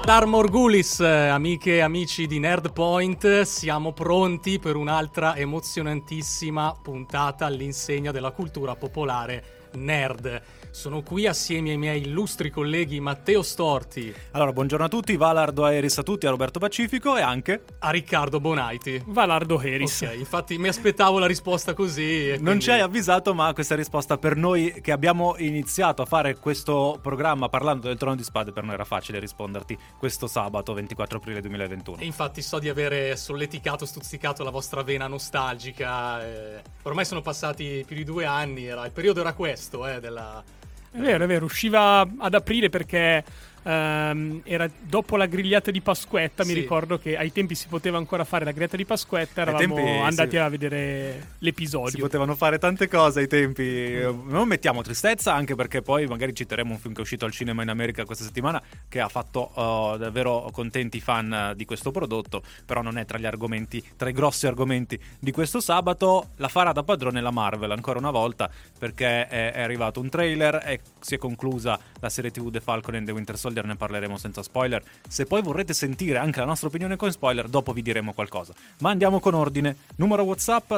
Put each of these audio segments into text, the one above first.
Ad Armor Gulis, amiche e amici di Nerdpoint, siamo pronti per un'altra emozionantissima puntata all'insegna della cultura popolare nerd. Sono qui assieme ai miei illustri colleghi Matteo Storti. Allora, buongiorno a tutti, Valardo Aeris a tutti, a Roberto Pacifico e anche a Riccardo Bonaiti. Valardo Aeris. Ok, infatti mi aspettavo la risposta così. Non quindi... ci hai avvisato, ma questa risposta per noi che abbiamo iniziato a fare questo programma parlando del Trono di Spade, per noi era facile risponderti questo sabato 24 aprile 2021. E infatti so di avere solleticato, stuzzicato la vostra vena nostalgica. Ormai sono passati più di 2 anni, il periodo era questo, della... È vero, usciva ad aprile perché era dopo la grigliata di Pasquetta, sì. Mi ricordo che ai tempi si poteva ancora fare la grigliata di Pasquetta, eravamo andati a vedere l'episodio. Si potevano fare tante cose ai tempi, non mettiamo tristezza, anche perché poi magari citeremo un film che è uscito al cinema in America questa settimana che ha fatto davvero contenti i fan di questo prodotto, però non è tra i grossi argomenti di questo sabato. La farà da padrone la Marvel ancora una volta, perché è arrivato un trailer e si è conclusa la serie TV The Falcon and the Winter Soldier. Ne parleremo senza spoiler. Se poi vorrete sentire anche la nostra opinione con spoiler, dopo vi diremo qualcosa. Ma andiamo con ordine. Numero WhatsApp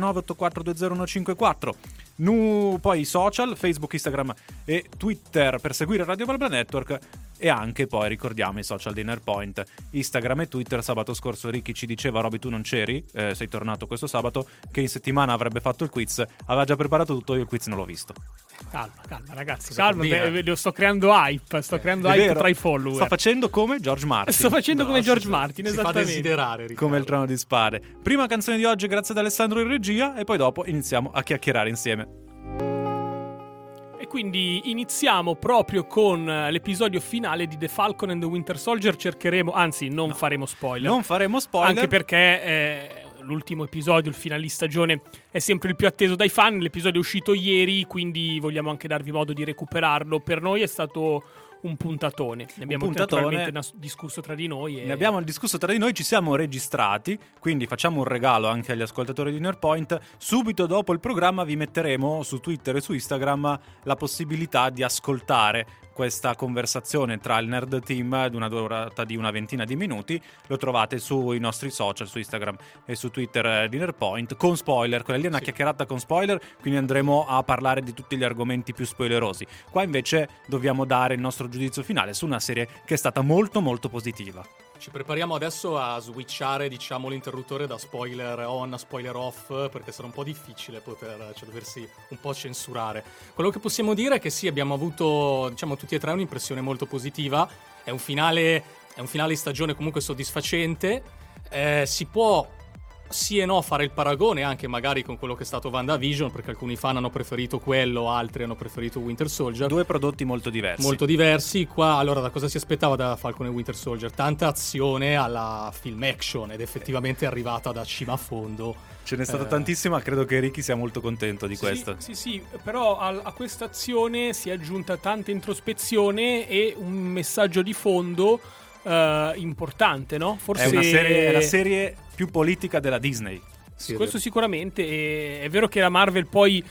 339-8420-154. Poi i social, Facebook, Instagram e Twitter per seguire Radio Balbla Network. E anche poi ricordiamo i social di Nerdpoint, Instagram e Twitter. Sabato scorso Ricky ci diceva: Roby, tu non c'eri, sei tornato questo sabato, che in settimana avrebbe fatto il quiz. Aveva già preparato tutto, io il quiz non l'ho visto. Calma ragazzi, calma, sto creando hype, vero, tra i follower. Sto facendo come George Martin. George Martin, esattamente. Si fa desiderare, Riccardo. Come il Trono di Spade. Prima canzone di oggi grazie ad Alessandro in regia e poi dopo iniziamo a chiacchierare insieme. E quindi iniziamo proprio con l'episodio finale di The Falcon and the Winter Soldier. Faremo spoiler. Non faremo spoiler. Anche perché l'ultimo episodio, il finale di stagione, è sempre il più atteso dai fan. L'episodio è uscito ieri, quindi vogliamo anche darvi modo di recuperarlo. Per noi è stato un puntatone. Ne abbiamo naturalmente discusso tra di noi. Ne abbiamo discusso tra di noi, ci siamo registrati, quindi facciamo un regalo anche agli ascoltatori di Nerdpoint. Subito dopo il programma vi metteremo su Twitter e su Instagram la possibilità di ascoltare questa conversazione tra il Nerd Team ad una durata di una ventina di minuti. Lo trovate sui nostri social, su Instagram e su Twitter di Nerdpoint, con spoiler. Quella lì è una chiacchierata con spoiler, quindi andremo a parlare di tutti gli argomenti più spoilerosi. Qua invece dobbiamo dare il nostro giudizio finale su una serie che è stata molto molto positiva. Ci prepariamo adesso a switchare, diciamo, l'interruttore da spoiler on a spoiler off, perché sarà un po' difficile doversi un po' censurare. Quello che possiamo dire è che sì, abbiamo avuto, diciamo, tutti e tre un'impressione molto positiva. È un finale di stagione comunque soddisfacente. Si può sì e no fare il paragone anche magari con quello che è stato WandaVision, perché alcuni fan hanno preferito quello, altri hanno preferito Winter Soldier. 2 prodotti molto diversi. Molto diversi. Qua, allora, da cosa si aspettava da Falcon e Winter Soldier? Tanta azione alla film action, ed effettivamente è arrivata da cima a fondo. Ce n'è stata tantissima, credo che Ricky sia molto contento di questo. Sì, però a questa azione si è aggiunta tanta introspezione e un messaggio di fondo importante, no? Forse è la serie più politica della Disney. Sì, questo sicuramente. E è vero che la Marvel poi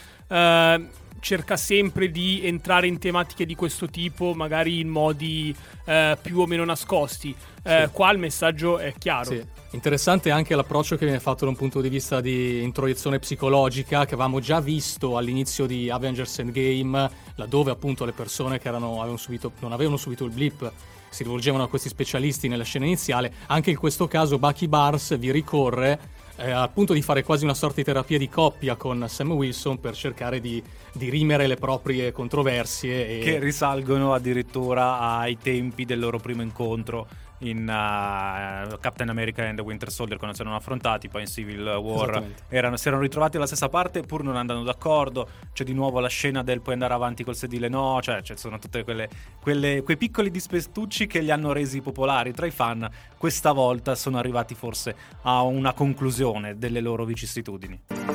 cerca sempre di entrare in tematiche di questo tipo, magari in modi più o meno nascosti. Qua il messaggio è chiaro. Sì. Interessante anche l'approccio che viene fatto da un punto di vista di introiezione psicologica, che avevamo già visto all'inizio di Avengers Endgame, laddove appunto le persone che non avevano subito il blip si rivolgevano a questi specialisti nella scena iniziale. Anche in questo caso Bucky Barnes vi ricorre al punto di fare quasi una sorta di terapia di coppia con Sam Wilson per cercare di dirimere le proprie controversie che risalgono addirittura ai tempi del loro primo incontro in Captain America and the Winter Soldier, quando si erano affrontati. Poi in Civil War si erano ritrovati alla stessa parte pur non andando d'accordo. C'è di nuovo la scena del puoi andare avanti col sedile no, cioè sono tutte quei piccoli dispestucci che li hanno resi popolari tra i fan. Questa volta sono arrivati forse a una conclusione delle loro vicissitudini.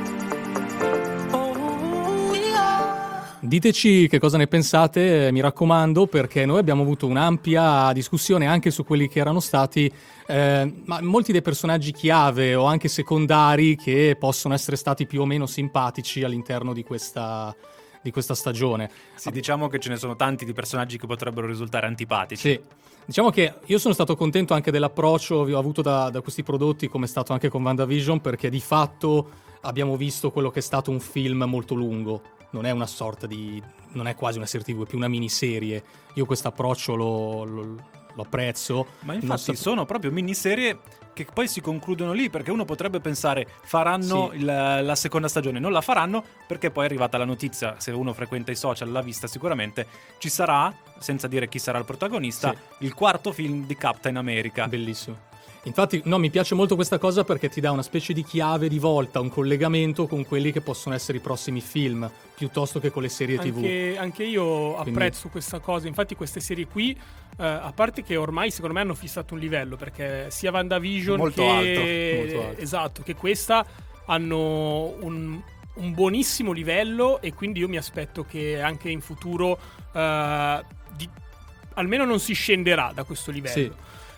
Diteci che cosa ne pensate, mi raccomando, perché noi abbiamo avuto un'ampia discussione anche su quelli che erano stati ma molti dei personaggi chiave o anche secondari che possono essere stati più o meno simpatici all'interno di questa di questa stagione. Sì, diciamo che ce ne sono tanti di personaggi che potrebbero risultare antipatici. Sì, diciamo che io sono stato contento anche dell'approccio che ho avuto da questi prodotti, come è stato anche con WandaVision, perché di fatto abbiamo visto quello che è stato un film molto lungo. Non è una sorta di... non è quasi una serie TV, è più una miniserie. Io questo approccio lo apprezzo. Ma infatti sono proprio miniserie che poi si concludono lì, perché uno potrebbe pensare faranno la seconda stagione, non la faranno perché poi è arrivata la notizia, se uno frequenta i social l'ha vista sicuramente, ci sarà, senza dire chi sarà il protagonista, il quarto film di Captain America. Bellissimo. Infatti, no, mi piace molto questa cosa perché ti dà una specie di chiave di volta, un collegamento con quelli che possono essere i prossimi film, piuttosto che con le serie TV. Anche io apprezzo questa cosa. Infatti queste serie qui, a parte che ormai secondo me hanno fissato un livello, perché sia WandaVision molto alto. Esatto, che questa hanno un buonissimo livello, e quindi io mi aspetto che anche in futuro almeno non si scenderà da questo livello. Sì.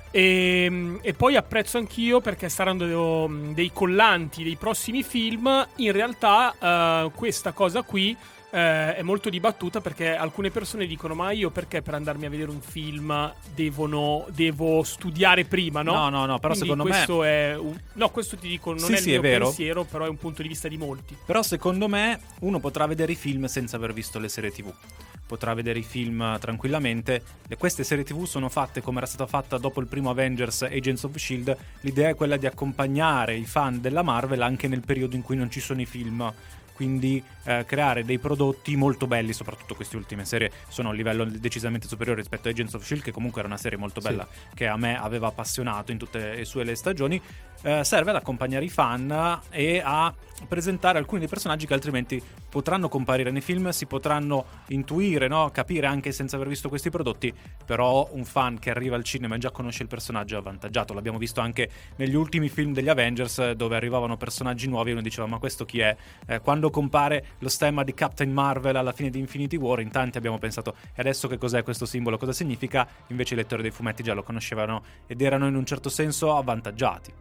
E poi apprezzo anch'io perché saranno dei collanti dei prossimi film. In realtà questa cosa qui è molto dibattuta, perché alcune persone dicono: ma io perché per andarmi a vedere un film devo studiare prima, no? No, però quindi secondo questo me è no, questo ti dico, non è il mio pensiero, però è un punto di vista di molti. Però secondo me uno potrà vedere i film senza aver visto le serie TV. Potrà vedere i film tranquillamente. Queste serie TV sono fatte come era stata fatta dopo il primo Avengers, Agents of S.H.I.E.L.D. L'idea è quella di accompagnare i fan della Marvel anche nel periodo in cui non ci sono i film, quindi creare dei prodotti molto belli. Soprattutto queste ultime serie sono a un livello decisamente superiore rispetto a Agents of S.H.I.E.L.D., che comunque era una serie molto bella, che a me aveva appassionato in tutte le stagioni. Serve ad accompagnare i fan e a presentare alcuni dei personaggi che altrimenti potranno comparire nei film, si potranno intuire, no? Capire anche senza aver visto questi prodotti. Però un fan che arriva al cinema e già conosce il personaggio è avvantaggiato. L'abbiamo visto anche negli ultimi film degli Avengers, dove arrivavano personaggi nuovi e uno diceva: ma questo chi è? Quando compare lo stemma di Captain Marvel alla fine di Infinity War, in tanti abbiamo pensato: e adesso che cos'è questo simbolo, cosa significa? Invece i lettori dei fumetti già lo conoscevano ed erano in un certo senso avvantaggiati.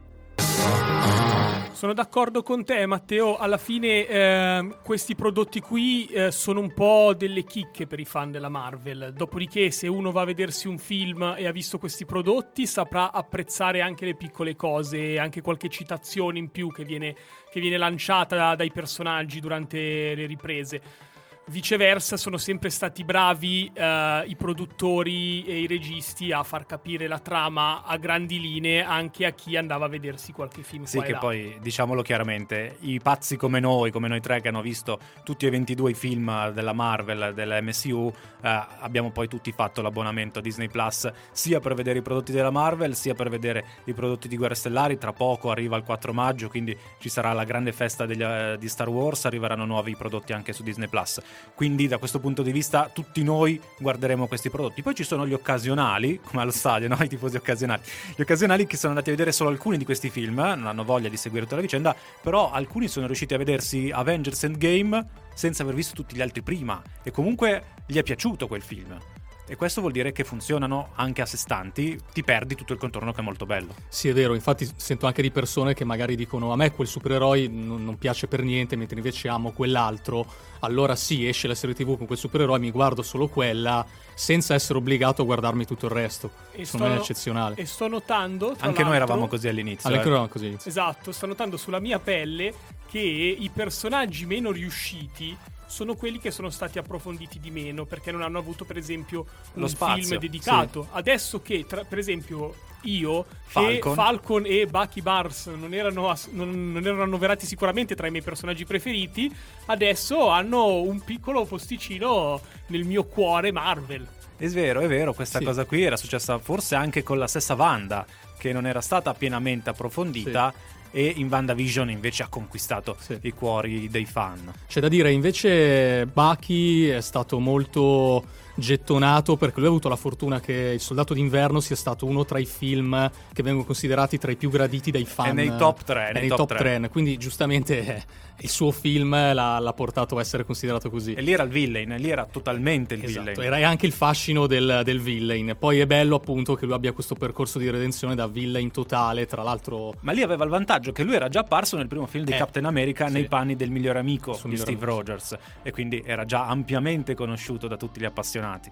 Sono d'accordo con te, Matteo. Alla fine questi prodotti qui sono un po' delle chicche per i fan della Marvel. Dopodiché, se uno va a vedersi un film e ha visto questi prodotti, saprà apprezzare anche le piccole cose, anche qualche citazione in più che viene lanciata dai personaggi durante le riprese. Viceversa, sono sempre stati bravi i produttori e i registi a far capire la trama a grandi linee anche a chi andava a vedersi qualche film. Sì, che poi, diciamolo chiaramente, i pazzi come noi tre che hanno visto tutti e 22 i film della Marvel, della MCU, abbiamo poi tutti fatto l'abbonamento a Disney Plus, sia per vedere i prodotti della Marvel, sia per vedere i prodotti di Guerre Stellari. Tra poco arriva il 4 maggio, quindi ci sarà la grande festa di Star Wars, arriveranno nuovi prodotti anche su Disney Plus. Quindi da questo punto di vista tutti noi guarderemo questi prodotti. Poi ci sono gli occasionali, come allo stadio, no? I tifosi occasionali. Gli occasionali che sono andati a vedere solo alcuni di questi film, non hanno voglia di seguire tutta la vicenda, però alcuni sono riusciti a vedersi Avengers Endgame senza aver visto tutti gli altri prima, e comunque gli è piaciuto quel film. E questo vuol dire che funzionano anche a sé stanti, ti perdi tutto il contorno che è molto bello. Sì, è vero, infatti sento anche di persone che magari dicono: a me quel supereroe non piace per niente, mentre invece amo quell'altro. Allora sì, esce la serie TV con quel supereroe, mi guardo solo quella, senza essere obbligato a guardarmi tutto il resto. Secondo me è eccezionale. E sto notando, anche noi eravamo così all'inizio. Anche noi eravamo così all'inizio. Esatto, sto notando sulla mia pelle che i personaggi meno riusciti sono quelli che sono stati approfonditi di meno, perché non hanno avuto, per esempio, un film dedicato. Sì. Adesso che, per esempio, Falcon e Bucky Barnes non erano annoverati sicuramente tra i miei personaggi preferiti, adesso hanno un piccolo posticino nel mio cuore Marvel. È vero, questa cosa qui era successa forse anche con la stessa Wanda, che non era stata pienamente approfondita. Sì. E in WandaVision invece ha conquistato i cuori dei fan. C'è da dire, invece Bucky è stato molto gettonato, perché lui ha avuto la fortuna che Il Soldato d'Inverno sia stato uno tra i film che vengono considerati tra i più graditi dai fan. È nei top 3. Nei top 3. Quindi giustamente il suo film l'ha portato a essere considerato così. E lì era il villain, lì era totalmente il Esatto, villain. era anche il fascino del villain. Poi è bello appunto che lui abbia questo percorso di redenzione da villain totale, tra l'altro. Ma lì aveva il vantaggio che lui era già apparso nel primo film di Captain America, sì, nei panni del migliore amico Suo di migliore Steve amico, Rogers, e quindi era già ampiamente conosciuto da tutti gli appassionati.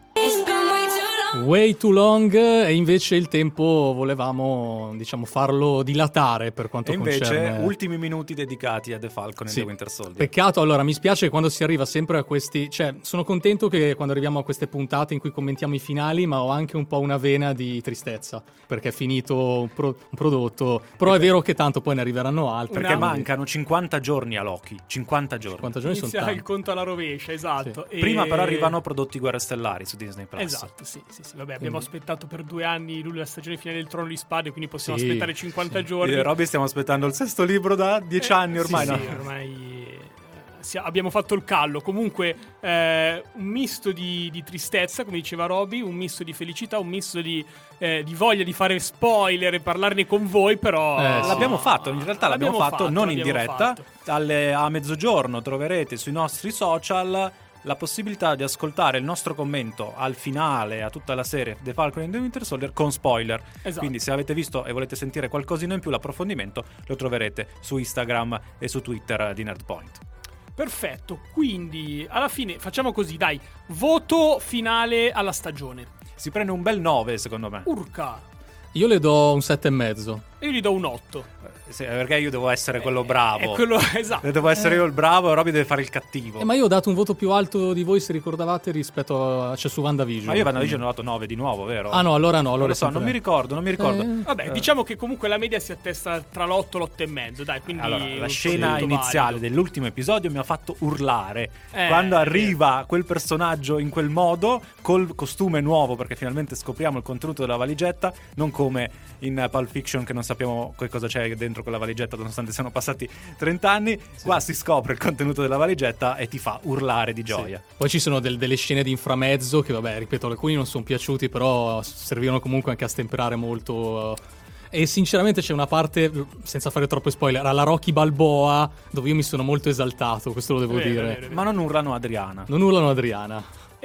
Way too long, e invece il tempo volevamo, diciamo, farlo dilatare per quanto E invece concerne. ultimi minuti dedicati a The Falcon e Sì. The Winter Soldier. Peccato, allora mi spiace quando si arriva sempre a questi, cioè sono contento che quando arriviamo a queste puntate in cui commentiamo i finali, ma ho anche un po' una vena di tristezza perché è finito un prodotto, però è vero che tanto poi ne arriveranno altri. Perché quindi mancano 50 giorni a Loki, 50 giorni. 50 giorni sono Inizia il tanti. conto alla rovescia, esatto. Sì. E- Prima però arrivano prodotti Guerre Stellari su Disney Plus. Esatto, sì. Vabbè, abbiamo aspettato per 2 anni la stagione finale del Trono di Spade, quindi possiamo Sì, aspettare 50 giorni. Io e Robby stiamo aspettando il sesto libro da 10 anni ormai. Sì, no? sì, ormai abbiamo fatto il callo. Comunque un misto di tristezza, come diceva Roby, un misto di felicità, un misto di voglia di fare spoiler e parlarne con voi, però sì. L'abbiamo fatto, in realtà l'abbiamo fatto non in l'abbiamo diretta. fatto. A mezzogiorno troverete sui nostri social la possibilità di ascoltare il nostro commento al finale, a tutta la serie The Falcon and the Winter Soldier con spoiler. Esatto. Quindi se avete visto e volete sentire qualcosina in più, l'approfondimento lo troverete su Instagram e su Twitter di Nerdpoint. Perfetto, quindi alla fine facciamo così, dai, voto finale alla stagione. Si prende un bel 9 secondo me. Urca, Io le do un 7,5. io gli do un 8. Sì, perché io devo essere quello bravo. È quello, esatto. Devo essere io il bravo e Robby deve fare il cattivo. Ma io ho dato un voto più alto di voi, se ricordavate, rispetto a su WandaVision. Ma io WandaVision ho dato 9 di nuovo, vero? Ah no, allora no, Non allora lo so, non mi ricordo. Vabbè, diciamo che comunque la media si attesta tra l'8 e l'8,5, dai, quindi Allora, la un scena voto iniziale valido. dell'ultimo episodio mi ha fatto urlare. Quando è arriva quel personaggio in quel modo, col costume nuovo, perché finalmente scopriamo il contenuto della valigetta, non come in Pulp Fiction che non sappiamo che cosa c'è dentro quella valigetta, nonostante siano passati 30 anni. Qua si scopre il contenuto della valigetta e ti fa urlare di gioia. Sì. Poi ci sono delle scene di inframezzo che, vabbè, ripeto, alcuni non sono piaciuti, però servivano comunque anche a stemperare molto. E sinceramente c'è una parte, senza fare troppo spoiler, alla Rocky Balboa, dove io mi sono molto esaltato, questo lo devo dire. Vero. Ma non urlano Adriana. Non urlano Adriana.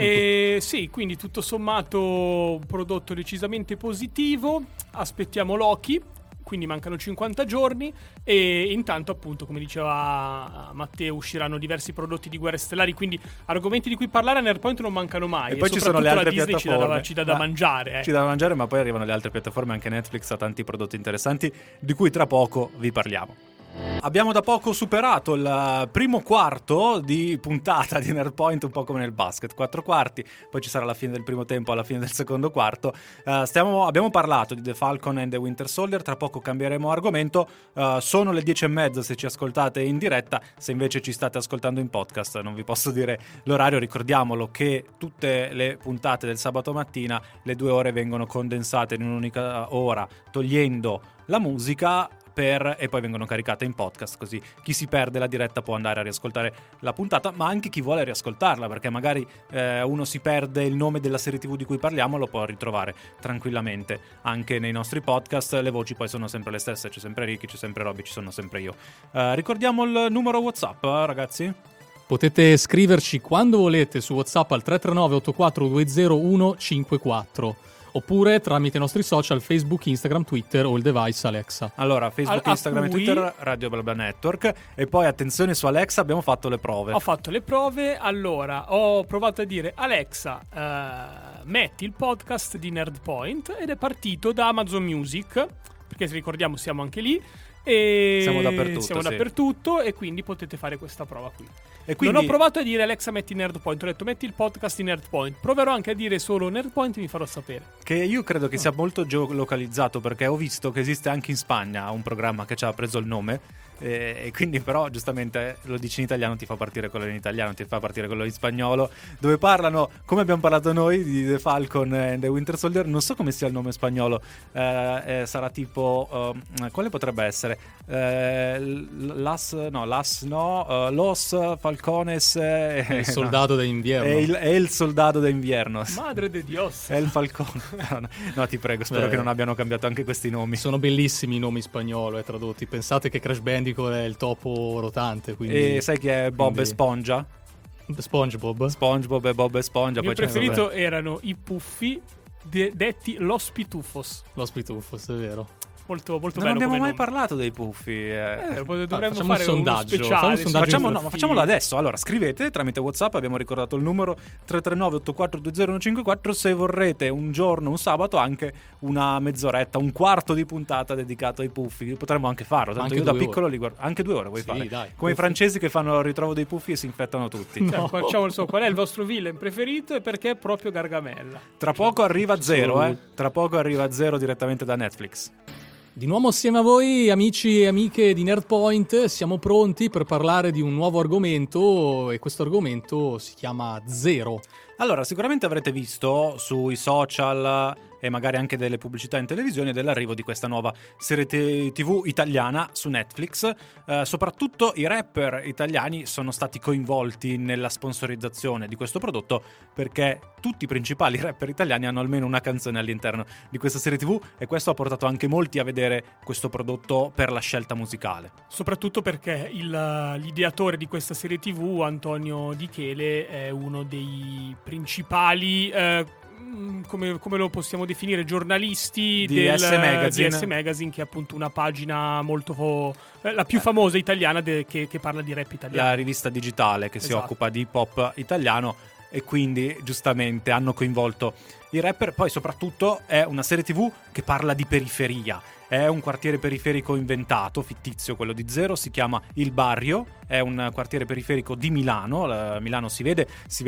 E sì, quindi tutto sommato un prodotto decisamente positivo. Aspettiamo Loki, quindi mancano 50 giorni e intanto, appunto, come diceva Matteo, usciranno diversi prodotti di Guerre Stellari, quindi argomenti di cui parlare a Nerdpoint non mancano mai. E poi ci sono le soprattutto altre la Disney piattaforme. ci dà da mangiare. Ci dà da mangiare, ma poi arrivano le altre piattaforme, anche Netflix ha tanti prodotti interessanti di cui tra poco vi parliamo. Abbiamo da poco superato il primo quarto di puntata di Nerdpoint, un po' come nel basket, 4 quarti, poi ci sarà la fine del primo tempo, alla fine del secondo quarto. Abbiamo parlato di The Falcon and the Winter Soldier, tra poco cambieremo argomento. Sono le 10:30 se ci ascoltate in diretta, se invece ci state ascoltando in podcast non vi posso dire l'orario, ricordiamolo che tutte le puntate del sabato mattina, le 2 ore vengono condensate in un'unica ora, togliendo la musica, e poi vengono caricate in podcast, così chi si perde la diretta può andare a riascoltare la puntata, ma anche chi vuole riascoltarla, perché magari uno si perde il nome della serie TV di cui parliamo, lo può ritrovare tranquillamente anche nei nostri podcast. Le voci poi sono sempre le stesse, c'è sempre Ricky, c'è sempre Robby, ci sono sempre io. Ricordiamo il numero WhatsApp, ragazzi? Potete scriverci quando volete su WhatsApp al 339 8420 154. Oppure tramite i nostri social, Facebook, Instagram, Twitter o il device Alexa. Allora, Facebook, Instagram e Twitter, Radio BlaBla Network. E poi attenzione, su Alexa abbiamo fatto le prove. Ho fatto le prove, allora ho provato a dire Alexa, metti il podcast di Nerdpoint, ed è partito da Amazon Music, perché se ricordiamo siamo anche lì. E siamo dappertutto, siamo sì. dappertutto, e quindi potete fare questa prova qui. E quindi Non ho provato a dire Alexa metti Nerdpoint, ho detto metti il podcast di Nerdpoint. Proverò anche a dire solo Nerdpoint e vi farò sapere. che io credo che sia molto geolocalizzato, perché ho visto che esiste anche in Spagna un programma che ci ha preso il nome. E quindi però giustamente lo dici in italiano, ti fa partire quello in italiano, ti fa partire quello in spagnolo, dove parlano come abbiamo parlato noi di The Falcon and the Winter Soldier. Non so come sia il nome spagnolo, sarà tipo quale potrebbe essere? Los Falcones, il soldato d'inverno. È il soldato d'inverno. Madre de Dios. È il falcone. No, ti prego, spero che non abbiano cambiato anche questi nomi. Sono bellissimi i nomi spagnolo tradotti. Pensate che Crash Bandicoot è il topo rotante, quindi... E sai chi è Bob e Spongia? SpongeBob. SpongeBob e Bob e Spongia. Il mio preferito erano i Puffi, detti Los Pitufos. Los Pitufos, è vero. Molto, molto non bello. abbiamo come mai nome. parlato dei Puffi. Dovremmo facciamo fare un sondaggio. uno speciale. Facciamolo adesso. Allora, scrivete tramite WhatsApp. Abbiamo ricordato il numero 339-8420-154. Se vorrete un giorno, un sabato, anche una mezz'oretta, un quarto di puntata dedicato ai Puffi. Potremmo anche farlo. Tanto anche io da 2 piccolo li guardo. Anche 2 ore vuoi fare? Dai, come i francesi che fanno il ritrovo dei Puffi e si infettano tutti. No. Qual è il vostro villain preferito e perché proprio Gargamella? Tra poco arriva Zero, Tra poco arriva Zero direttamente da Netflix. Di nuovo assieme a voi, amici e amiche di Nerdpoint, siamo pronti per parlare di un nuovo argomento, e questo argomento si chiama Zero. Allora, sicuramente avrete visto sui social e magari anche delle pubblicità in televisione dell'arrivo di questa nuova serie TV italiana su Netflix. Soprattutto i rapper italiani sono stati coinvolti nella sponsorizzazione di questo prodotto, perché tutti i principali rapper italiani hanno almeno una canzone all'interno di questa serie TV, e questo ha portato anche molti a vedere questo prodotto per la scelta musicale. Soprattutto perché l'ideatore di questa serie TV, Antonio Di Chele, è uno dei principali come lo possiamo definire, giornalisti di S Magazine, che è appunto una pagina molto la più famosa italiana che parla di rap italiano. La rivista digitale che si Esatto. occupa di hip hop italiano, e quindi giustamente hanno coinvolto i rapper. Poi soprattutto è una serie TV che parla di periferia. È un quartiere periferico inventato, fittizio, quello di Zero, si chiama Il Barrio, è un quartiere periferico di Milano. Milano si vede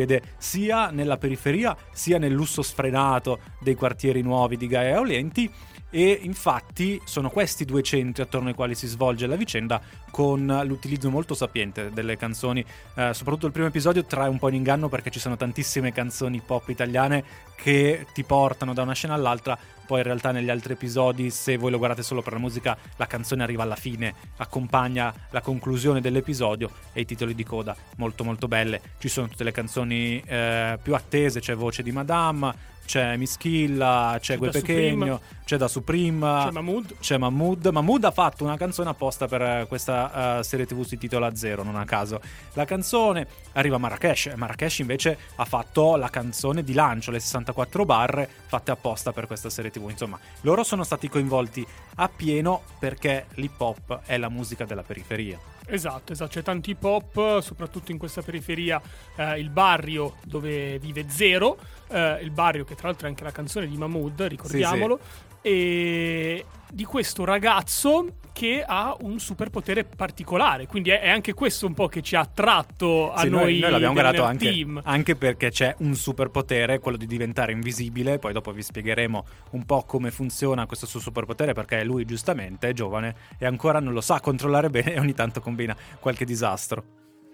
sia nella periferia sia nel lusso sfrenato dei quartieri nuovi di Gaia Aulenti, e infatti sono questi due centri attorno ai quali si svolge la vicenda, con l'utilizzo molto sapiente delle canzoni. Soprattutto il primo episodio trae un po' in inganno, perché ci sono tantissime canzoni pop italiane che ti portano da una scena all'altra. Poi in realtà negli altri episodi, se voi lo guardate solo per la musica, la canzone arriva alla fine, accompagna la conclusione dell'episodio e i titoli di coda molto molto belle. Ci sono tutte le canzoni più attese, c'è Voce di Madame, c'è Mischilla, c'è Gue Pequeño, c'è Da Supreme, c'è Mahmood. Mahmood ha fatto una canzone apposta per questa serie TV, si intitola Zero, non a caso. La canzone arriva a Marrakesh invece ha fatto la canzone di lancio, le 64 barre fatte apposta per questa serie TV. Insomma, loro sono stati coinvolti appieno, perché l'hip hop è la musica della periferia. Esatto, c'è tanto hip hop, soprattutto in questa periferia, il barrio dove vive Zero, il barrio che tra l'altro è anche la canzone di Mahmood, ricordiamolo, sì. E di questo ragazzo che ha un superpotere particolare, quindi è anche questo un po' che ci ha attratto a noi l'abbiamo guardato anche perché c'è un superpotere, quello di diventare invisibile. Poi dopo vi spiegheremo un po' come funziona questo suo superpotere, perché lui giustamente è giovane e ancora non lo sa controllare bene, e ogni tanto combina qualche disastro.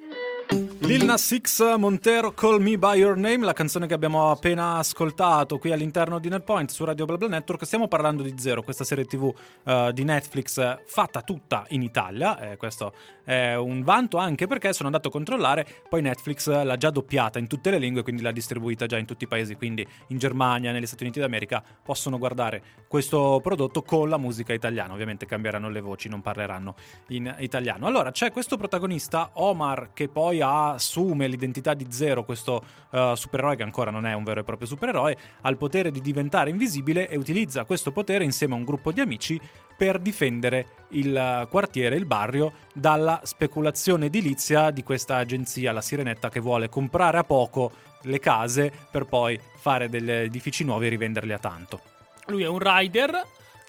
Lil Nas X, Montero, Call Me By Your Name, la canzone che abbiamo appena ascoltato qui all'interno di Nerdpoint su Radio BlaBla Network. Stiamo parlando di Zero, questa serie TV di Netflix fatta tutta in Italia. Questo è un vanto, anche perché sono andato a controllare, poi Netflix l'ha già doppiata in tutte le lingue, quindi l'ha distribuita già in tutti i paesi, quindi in Germania, negli Stati Uniti d'America possono guardare questo prodotto con la musica italiana. Ovviamente cambieranno le voci, non parleranno in italiano. Allora, c'è questo protagonista, Omar, che poi assume l'identità di Zero, questo supereroe che ancora non è un vero e proprio supereroe, ha il potere di diventare invisibile e utilizza questo potere insieme a un gruppo di amici per difendere il quartiere, il barrio, dalla speculazione edilizia di questa agenzia, la Sirenetta, che vuole comprare a poco le case per poi fare degli edifici nuovi e rivenderli a tanto. Lui è un rider.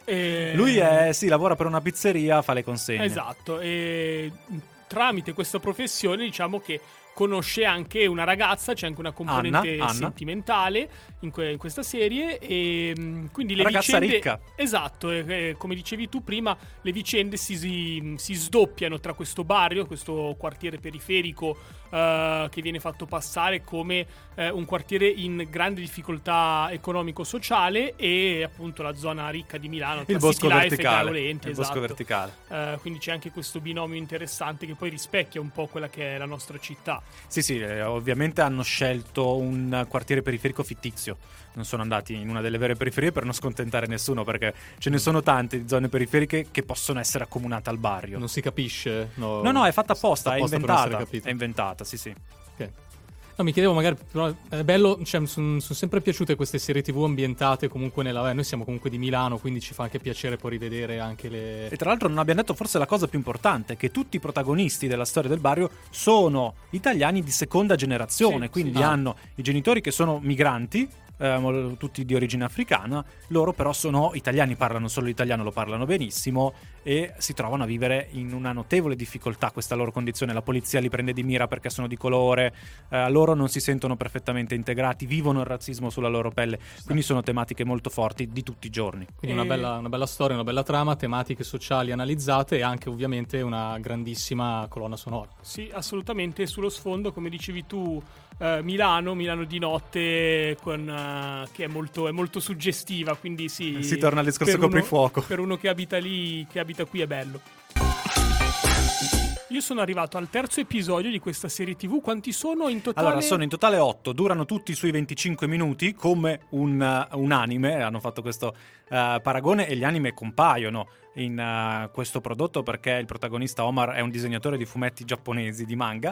Lui lavora per una pizzeria, fa le consegne. Esatto, e tramite questa professione diciamo che conosce anche una ragazza, c'è anche una componente Anna. sentimentale in questa serie, e quindi le Ragazza vicende, ricca. esatto, come dicevi tu prima, le vicende si sdoppiano tra questo barrio, questo quartiere periferico che viene fatto passare come un quartiere in grande difficoltà economico-sociale, e appunto la zona ricca di Milano, Il tra bosco City Life e verticale. Galolenti, Il bosco verticale. quindi c'è anche questo binomio interessante che poi rispecchia un po' quella che è la nostra città. Sì, ovviamente hanno scelto un quartiere periferico fittizio. Non sono andati in una delle vere periferie per non scontentare nessuno, perché ce ne sono tante zone periferiche che possono essere accomunate al barrio. Non si capisce? No, No, è fatta apposta, è per non essere inventata. capito. È inventata, sì. Ok. No, mi chiedevo magari, però è bello, cioè, sono sempre piaciute queste serie TV ambientate comunque noi siamo comunque di Milano, quindi ci fa anche piacere poi rivedere anche le... E tra l'altro non abbiamo detto forse la cosa più importante, che tutti i protagonisti della storia del barrio sono italiani di seconda generazione, Sì, quindi sì. hanno i genitori che sono migranti, tutti di origine africana, loro però sono italiani, parlano solo l'italiano, lo parlano benissimo e si trovano a vivere in una notevole difficoltà questa loro condizione. La polizia li prende di mira perché sono di colore, loro non si sentono perfettamente integrati, vivono il razzismo sulla loro pelle, quindi sono tematiche molto forti di tutti i giorni. Quindi una bella storia, una bella trama, tematiche sociali analizzate e anche ovviamente una grandissima colonna sonora. Sì, assolutamente. Sullo sfondo, come dicevi tu, Milano di notte, che è molto suggestiva, quindi sì. Si torna al discorso per uno- coprifuoco. Per uno che abita lì, che abita qui, è bello. Io sono arrivato al terzo episodio di questa serie TV. Quanti sono in totale? Allora, sono in totale 8, durano tutti sui 25 minuti, come un anime, hanno fatto questo paragone, e gli anime compaiono in questo prodotto perché il protagonista Omar è un disegnatore di fumetti giapponesi, di manga,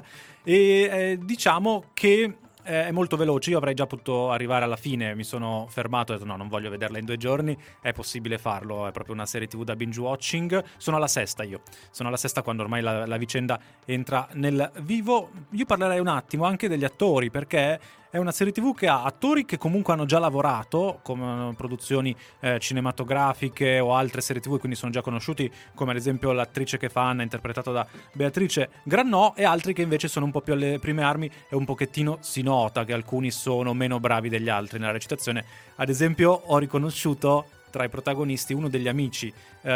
e diciamo che è molto veloce. Io avrei già potuto arrivare alla fine, mi sono fermato e ho detto no, non voglio vederla in 2 giorni, è possibile farlo, è proprio una serie TV da binge watching. Sono alla sesta quando ormai la vicenda entra nel vivo. Io parlerei un attimo anche degli attori, perché è una serie TV che ha attori che comunque hanno già lavorato come produzioni cinematografiche o altre serie TV, quindi sono già conosciuti, come ad esempio l'attrice che fa Anna, interpretata da Beatrice Grannò, e altri che invece sono un po' più alle prime armi e un pochettino si nota che alcuni sono meno bravi degli altri nella recitazione. Ad esempio ho riconosciuto tra i protagonisti uno degli amici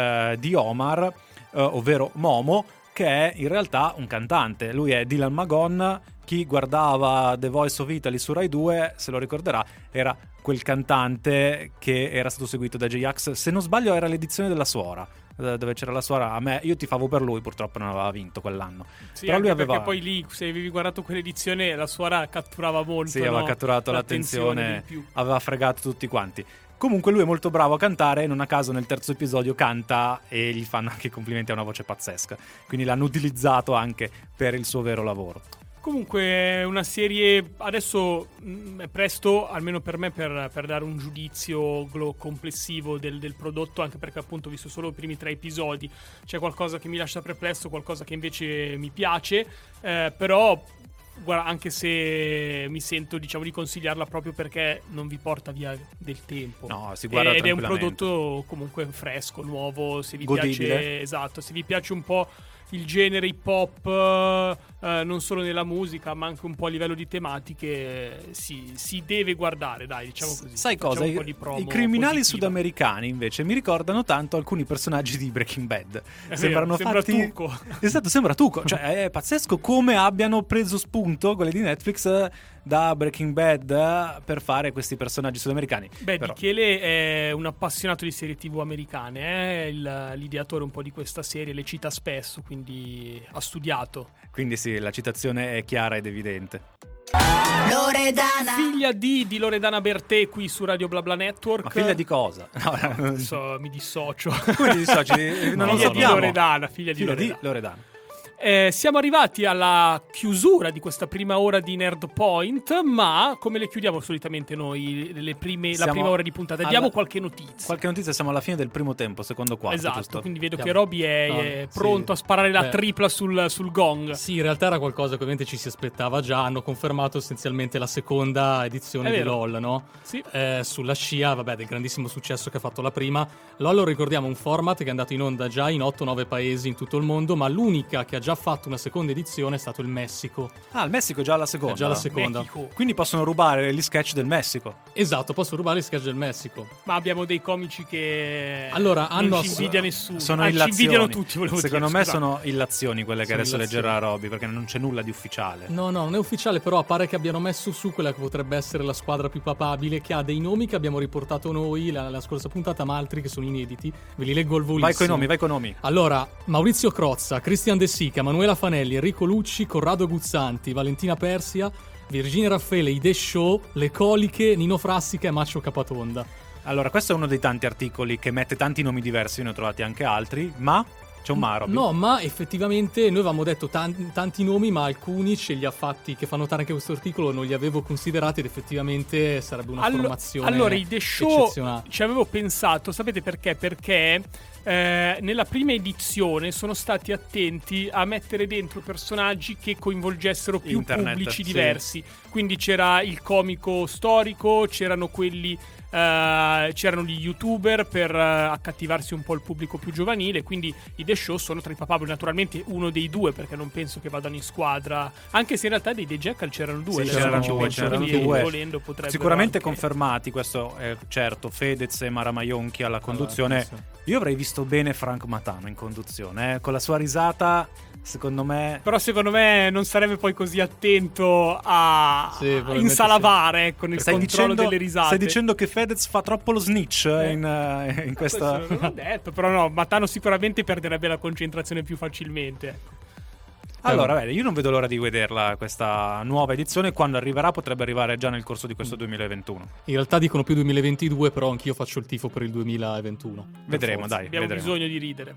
di Omar, ovvero Momo, che è in realtà un cantante. Lui è Dylan Magon. Chi guardava The Voice of Italy su Rai 2 se lo ricorderà, era quel cantante che era stato seguito da J-Ax. Se non sbaglio era l'edizione della suora, dove c'era la suora. Io tifavo per lui, purtroppo non aveva vinto quell'anno. Sì, però lui aveva... perché poi lì, se avevi guardato quell'edizione, la suora catturava molto. Sì, aveva no? catturato L'attenzione l'attenzione, di più. aveva fregato tutti quanti. Comunque lui è molto bravo a cantare, non a caso nel terzo episodio canta e gli fanno anche i complimenti, a una voce pazzesca, quindi l'hanno utilizzato anche per il suo vero lavoro. Comunque è una serie, adesso è presto, almeno per me, per dare un giudizio complessivo del prodotto, anche perché appunto ho visto solo i primi 3 episodi. C'è qualcosa che mi lascia perplesso, qualcosa che invece mi piace, però guarda, anche se mi sento, diciamo, di consigliarla proprio perché non vi porta via del tempo. No, si guarda ed è un tranquillamente. prodotto comunque fresco, nuovo, se vi Godibile. piace, esatto, se vi piace un po' il genere hip hop, non solo nella musica ma anche un po' a livello di tematiche, si deve guardare, dai, diciamo così. Sai Facciamo cosa? un po' di promo I criminali positiva. sudamericani invece mi ricordano tanto alcuni personaggi di Breaking Bad. Sembra fatti... Tuco. Esatto, sembra Tuco. Cioè è pazzesco come abbiano preso spunto quelli di Netflix da Breaking Bad per fare questi personaggi sudamericani. Beh, Però... Michele è un appassionato di serie TV americane, l'ideatore un po' di questa serie, le cita spesso, quindi ha studiato. Quindi sì, la citazione è chiara ed evidente. Loredana. Figlia di Loredana Bertè qui su Radio BlaBla Network. Ma figlia di cosa? No, mi dissocio. come ti dissoci? Non lo Figlia di sappiamo. Loredana, figlia di Loredana. Loredana. Siamo arrivati alla chiusura di questa prima ora di Nerd Point, ma come le chiudiamo solitamente noi la prima ora di puntata? Diamo qualche notizia. Qualche notizia, siamo alla fine del primo tempo, secondo quarto. Esatto, giusto? quindi vedo Andiamo. che Roby è Sì. pronto a sparare la Beh. tripla sul gong. Sì, in realtà era qualcosa che ovviamente ci si aspettava già. Hanno confermato essenzialmente la seconda edizione È di vero. LOL, no? Sì. Sulla scia, vabbè, del grandissimo successo che ha fatto la prima. LOL, ricordiamo, un format che è andato in onda già in 8-9 paesi in tutto il mondo, ma l'unica che ha già già fatto una seconda edizione, è stato il Messico. Ah, il Messico è già la seconda. È già la seconda. Mexico. Quindi possono rubare gli sketch del Messico. Esatto, posso rubare il sketch del Messico. Ma abbiamo dei comici che Allora, non hanno ci invidia nessuno. Sono Ci illazioni. invidiano tutti, volevo Secondo dire, me scusa. sono illazioni quelle che Sono adesso illazioni. leggerà Roby, perché non c'è nulla di ufficiale. No, non è ufficiale, però pare che abbiano messo su quella che potrebbe essere la squadra più papabile, che ha dei nomi che abbiamo riportato noi la scorsa puntata, ma altri che sono inediti. Ve li leggo al volissimo. Vai coi nomi. Allora, Maurizio Crozza, Cristian De Sica, Manuela Fanelli, Enrico Lucci, Corrado Guzzanti, Valentina Persia, Virginia Raffaele, I The Show, Le Coliche, Nino Frassica e Maccio Capatonda. Allora, questo è uno dei tanti articoli che mette tanti nomi diversi, ne ho trovati anche altri, ma c'è un ma, Roby. No, ma effettivamente noi avevamo detto tanti nomi, ma alcuni ce li ha fatti, che fa notare anche questo articolo, non li avevo considerati ed effettivamente sarebbe una formazione allora, i The Show eccezionale. ci avevo pensato, sapete perché? Perché nella prima edizione sono stati attenti a mettere dentro personaggi che coinvolgessero più Internet, pubblici sì. diversi. Quindi c'era il comico storico, c'erano quelli c'erano gli youtuber per accattivarsi un po' il pubblico più giovanile. Quindi i The Show sono tra i papabili, naturalmente uno dei due, perché non penso che vadano in squadra, anche se in realtà dei The Jackal c'erano due. Sì, adesso c'erano che ci due, penso, c'erano quindi due. volendo potrebbero Sicuramente anche- confermati, questo è certo. Fedez e Mara Maionchi alla conduzione. Allora, sì. Io avrei visto bene Frank Matano in conduzione, con la sua risata, secondo me. Però secondo me non sarebbe poi così attento a Sì, probabilmente insalavare con il controllo delle risate. Stai dicendo che Fedez fa troppo lo snitch in questa. Questo non ho detto, però no, Matano sicuramente perderebbe la concentrazione più facilmente. Ecco. Allora, bene, io non vedo l'ora di vederla questa nuova edizione. Quando arriverà potrebbe arrivare già nel corso di questo 2021. In realtà dicono più 2022, però anch'io faccio il tifo per il 2021. Vedremo, dai, Abbiamo vedremo. bisogno di ridere.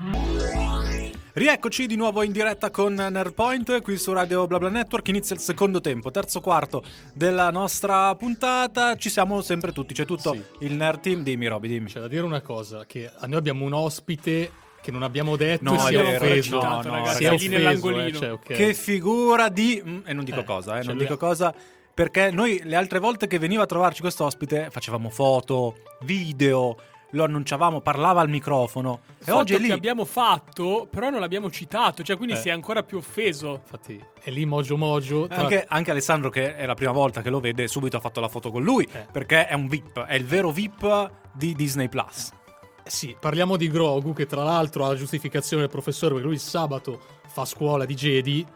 Rieccoci di nuovo in diretta con Nerdpoint qui su Radio BlaBla Network. Inizia il secondo tempo, terzo quarto della nostra puntata. Ci siamo sempre tutti, c'è tutto Sì. il Nerd Team. Dimmi Roby, dimmi. C'è da dire una cosa, che noi abbiamo un ospite che non abbiamo detto No, e si è è vero, offeso. no, no, ragazzi, si è è lì offeso, nell'angolino. cioè, ok. Che figura di... e non dico cosa, cioè non lui dico ha- cosa, perché noi le altre volte che veniva a trovarci questo ospite facevamo foto, video, lo annunciavamo, parlava al microfono. E Foto oggi è lì. che abbiamo fatto, però non l'abbiamo citato, cioè quindi Eh. si è ancora più offeso. Infatti è lì Mojo. Anche Alessandro, che è la prima volta che lo vede, subito ha fatto la foto con lui, perché è un VIP, è il vero VIP di Disney Plus. Sì, parliamo di Grogu, che tra l'altro ha la giustificazione del professore, perché lui il sabato fa scuola di Jedi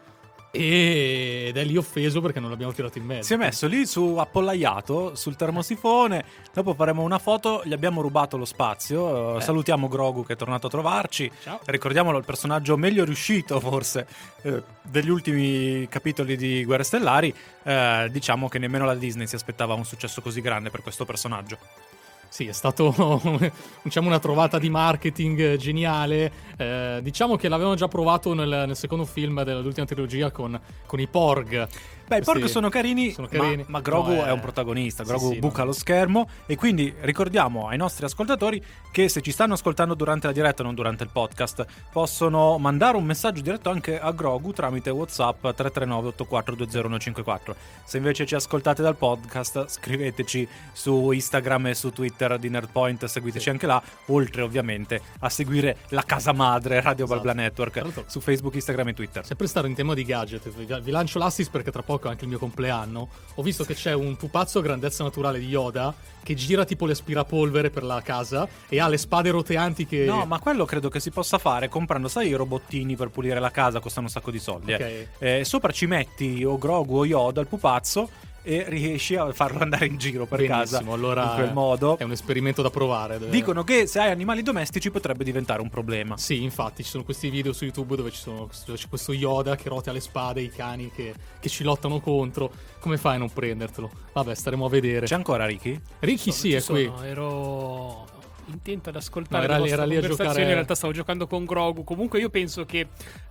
ed è lì offeso perché non l'abbiamo tirato in mezzo. Si è messo lì su appollaiato sul termosifone. Dopo faremo una foto. Gli abbiamo rubato lo spazio. Salutiamo Grogu che è tornato a trovarci. Ciao. Ricordiamolo, il personaggio meglio riuscito forse degli ultimi capitoli di Guerre Stellari. Diciamo che nemmeno la Disney si aspettava un successo così grande per questo personaggio. Sì, è stato diciamo una trovata di marketing geniale. Diciamo che l'avevano già provato nel secondo film dell'ultima trilogia con i Porg. Beh, i Porg sono carini, sono carini. ma Grogu No, è un protagonista. Grogu sì, buca no. lo schermo. E quindi ricordiamo ai nostri ascoltatori che se ci stanno ascoltando durante la diretta, non durante il podcast, possono mandare un messaggio diretto anche a Grogu tramite WhatsApp 339-8420-154. Se invece ci ascoltate dal podcast, scriveteci su Instagram e su Twitter di Nerdpoint, seguiteci anche là, oltre ovviamente a seguire la casa madre Radio Esatto. BlaBla Network Tra l'altro- su Facebook, Instagram e Twitter. Sempre stare in tema di gadget, vi lancio l'assist perché tra poco è anche il mio compleanno. Ho visto che c'è un pupazzo a grandezza naturale di Yoda che gira tipo l'aspirapolvere per la casa e ha le spade roteanti che... No, ma quello credo che si possa fare comprando, sai, i robottini per pulire la casa, costano un sacco di soldi. Ok. Sopra ci metti o Grogu o Yoda, il pupazzo, e riesci a farlo andare in giro per casa Benissimo, allora in quel modo. è un esperimento da provare. Dicono che se hai animali domestici potrebbe diventare un problema. Sì, infatti ci sono questi video su YouTube dove dove c'è questo Yoda che rotea le spade, i cani che ci lottano contro. Come fai a non prendertelo? Vabbè, staremo a vedere. C'è ancora Ricky? Ricky sì, è qui. Ero intento ad ascoltare No, la vostra era lì a conversazione, giocare. in realtà stavo giocando con Grogu. Comunque io penso che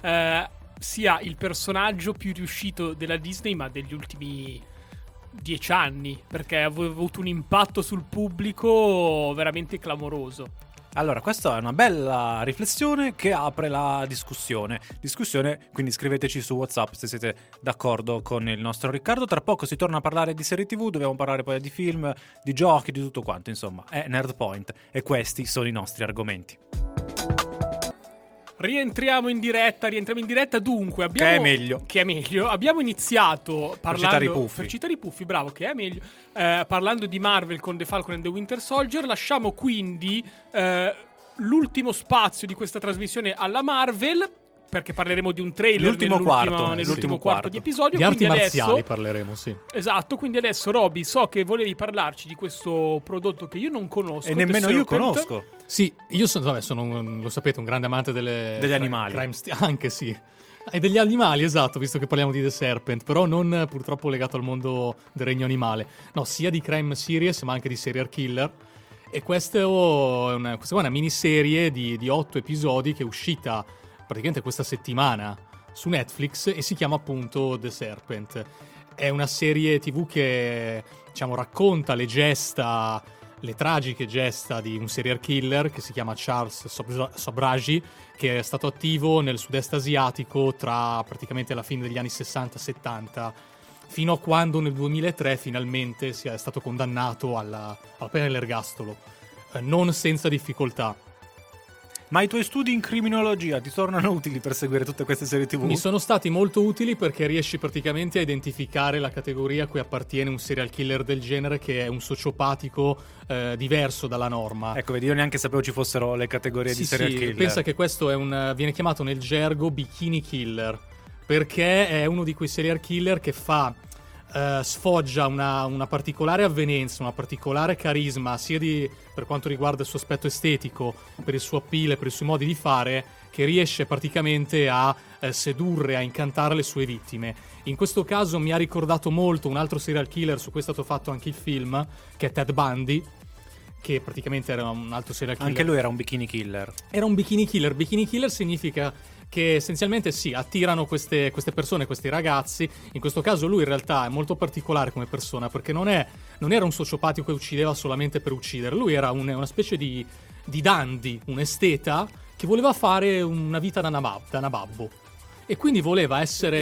sia il personaggio più riuscito della Disney, ma degli ultimi 10 anni, perché ha avuto un impatto sul pubblico veramente clamoroso. Allora, questa è una bella riflessione che apre la discussione. Quindi scriveteci su WhatsApp se siete d'accordo con il nostro Riccardo. Tra poco si torna a parlare di serie TV, dobbiamo parlare poi di film, di giochi, di tutto quanto. Insomma, è Nerdpoint e questi sono i nostri argomenti. Rientriamo in diretta. Dunque, abbiamo... Che è meglio. Abbiamo iniziato parlando... Per citare i Puffi, bravo, che è meglio. Parlando di Marvel con The Falcon and the Winter Soldier. Lasciamo quindi l'ultimo spazio di questa trasmissione alla Marvel, perché parleremo di un trailer nell'ultimo quarto di episodio. Di arti quindi marziali adesso, parleremo, sì. Esatto, quindi adesso Roby, so che volevi parlarci di questo prodotto che io non conosco. E nemmeno io conosco. Sì, io sono, lo sapete, un grande amante degli animali. Anche sì. E degli animali, esatto, visto che parliamo di The Serpent, però non purtroppo legato al mondo del regno animale. No, sia di crime series, ma anche di serial killer. E questa è una miniserie di 8 episodi che è uscita praticamente questa settimana su Netflix e si chiama appunto The Serpent. È una serie TV che, diciamo, racconta le tragiche gesta di un serial killer che si chiama Charles Sobraji, che è stato attivo nel sud-est asiatico tra praticamente la fine degli anni 60-70 fino a quando nel 2003 finalmente sia stato condannato alla pena dell'ergastolo, non senza difficoltà. Ma i tuoi studi in criminologia ti tornano utili per seguire tutte queste serie TV? Mi sono stati molto utili perché riesci praticamente a identificare la categoria a cui appartiene un serial killer del genere, che è un sociopatico diverso dalla norma. Ecco, vedi, io neanche sapevo ci fossero le categorie di serial killer. Pensa che questo viene chiamato nel gergo bikini killer, perché è uno di quei serial killer che sfoggia una particolare avvenenza, una particolare carisma, sia per quanto riguarda il suo aspetto estetico, per il suo appeal, per i suoi modi di fare, che riesce praticamente a sedurre, a incantare le sue vittime. In questo caso mi ha ricordato molto un altro serial killer su cui è stato fatto anche il film, che è Ted Bundy, che praticamente era un altro serial killer. Anche lui era un bikini killer. Era un bikini killer. Bikini killer significa che essenzialmente attirano queste persone, questi ragazzi. In questo caso lui in realtà è molto particolare come persona, perché non era un sociopatico che uccideva solamente per uccidere. Lui era una specie di dandy, un esteta che voleva fare una vita da nababbo, e quindi voleva essere... E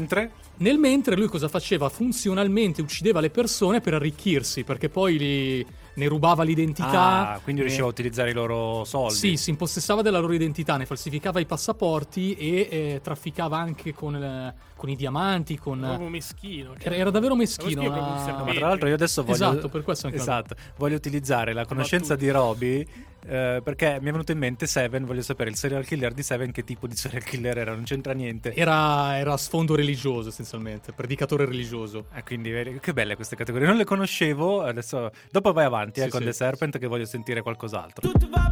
nel mentre lui cosa faceva? Funzionalmente uccideva le persone per arricchirsi, perché poi ne rubava l'identità. Quindi riusciva a utilizzare i loro soldi. Sì, si impossessava della loro identità, ne falsificava i passaporti e trafficava anche con i diamanti. Proprio meschino. Era davvero meschino. Ma tra l'altro io adesso voglio... Esatto, per questo anche voglio utilizzare la conoscenza di Roby, perché mi è venuto in mente Seven. Voglio sapere il serial killer di Seven che tipo di serial killer era. Non c'entra niente. Era sfondo religioso essenzialmente, predicatore religioso. Quindi che belle queste categorie, non le conoscevo. Adesso dopo vai avanti con The Serpent, che voglio sentire qualcos'altro.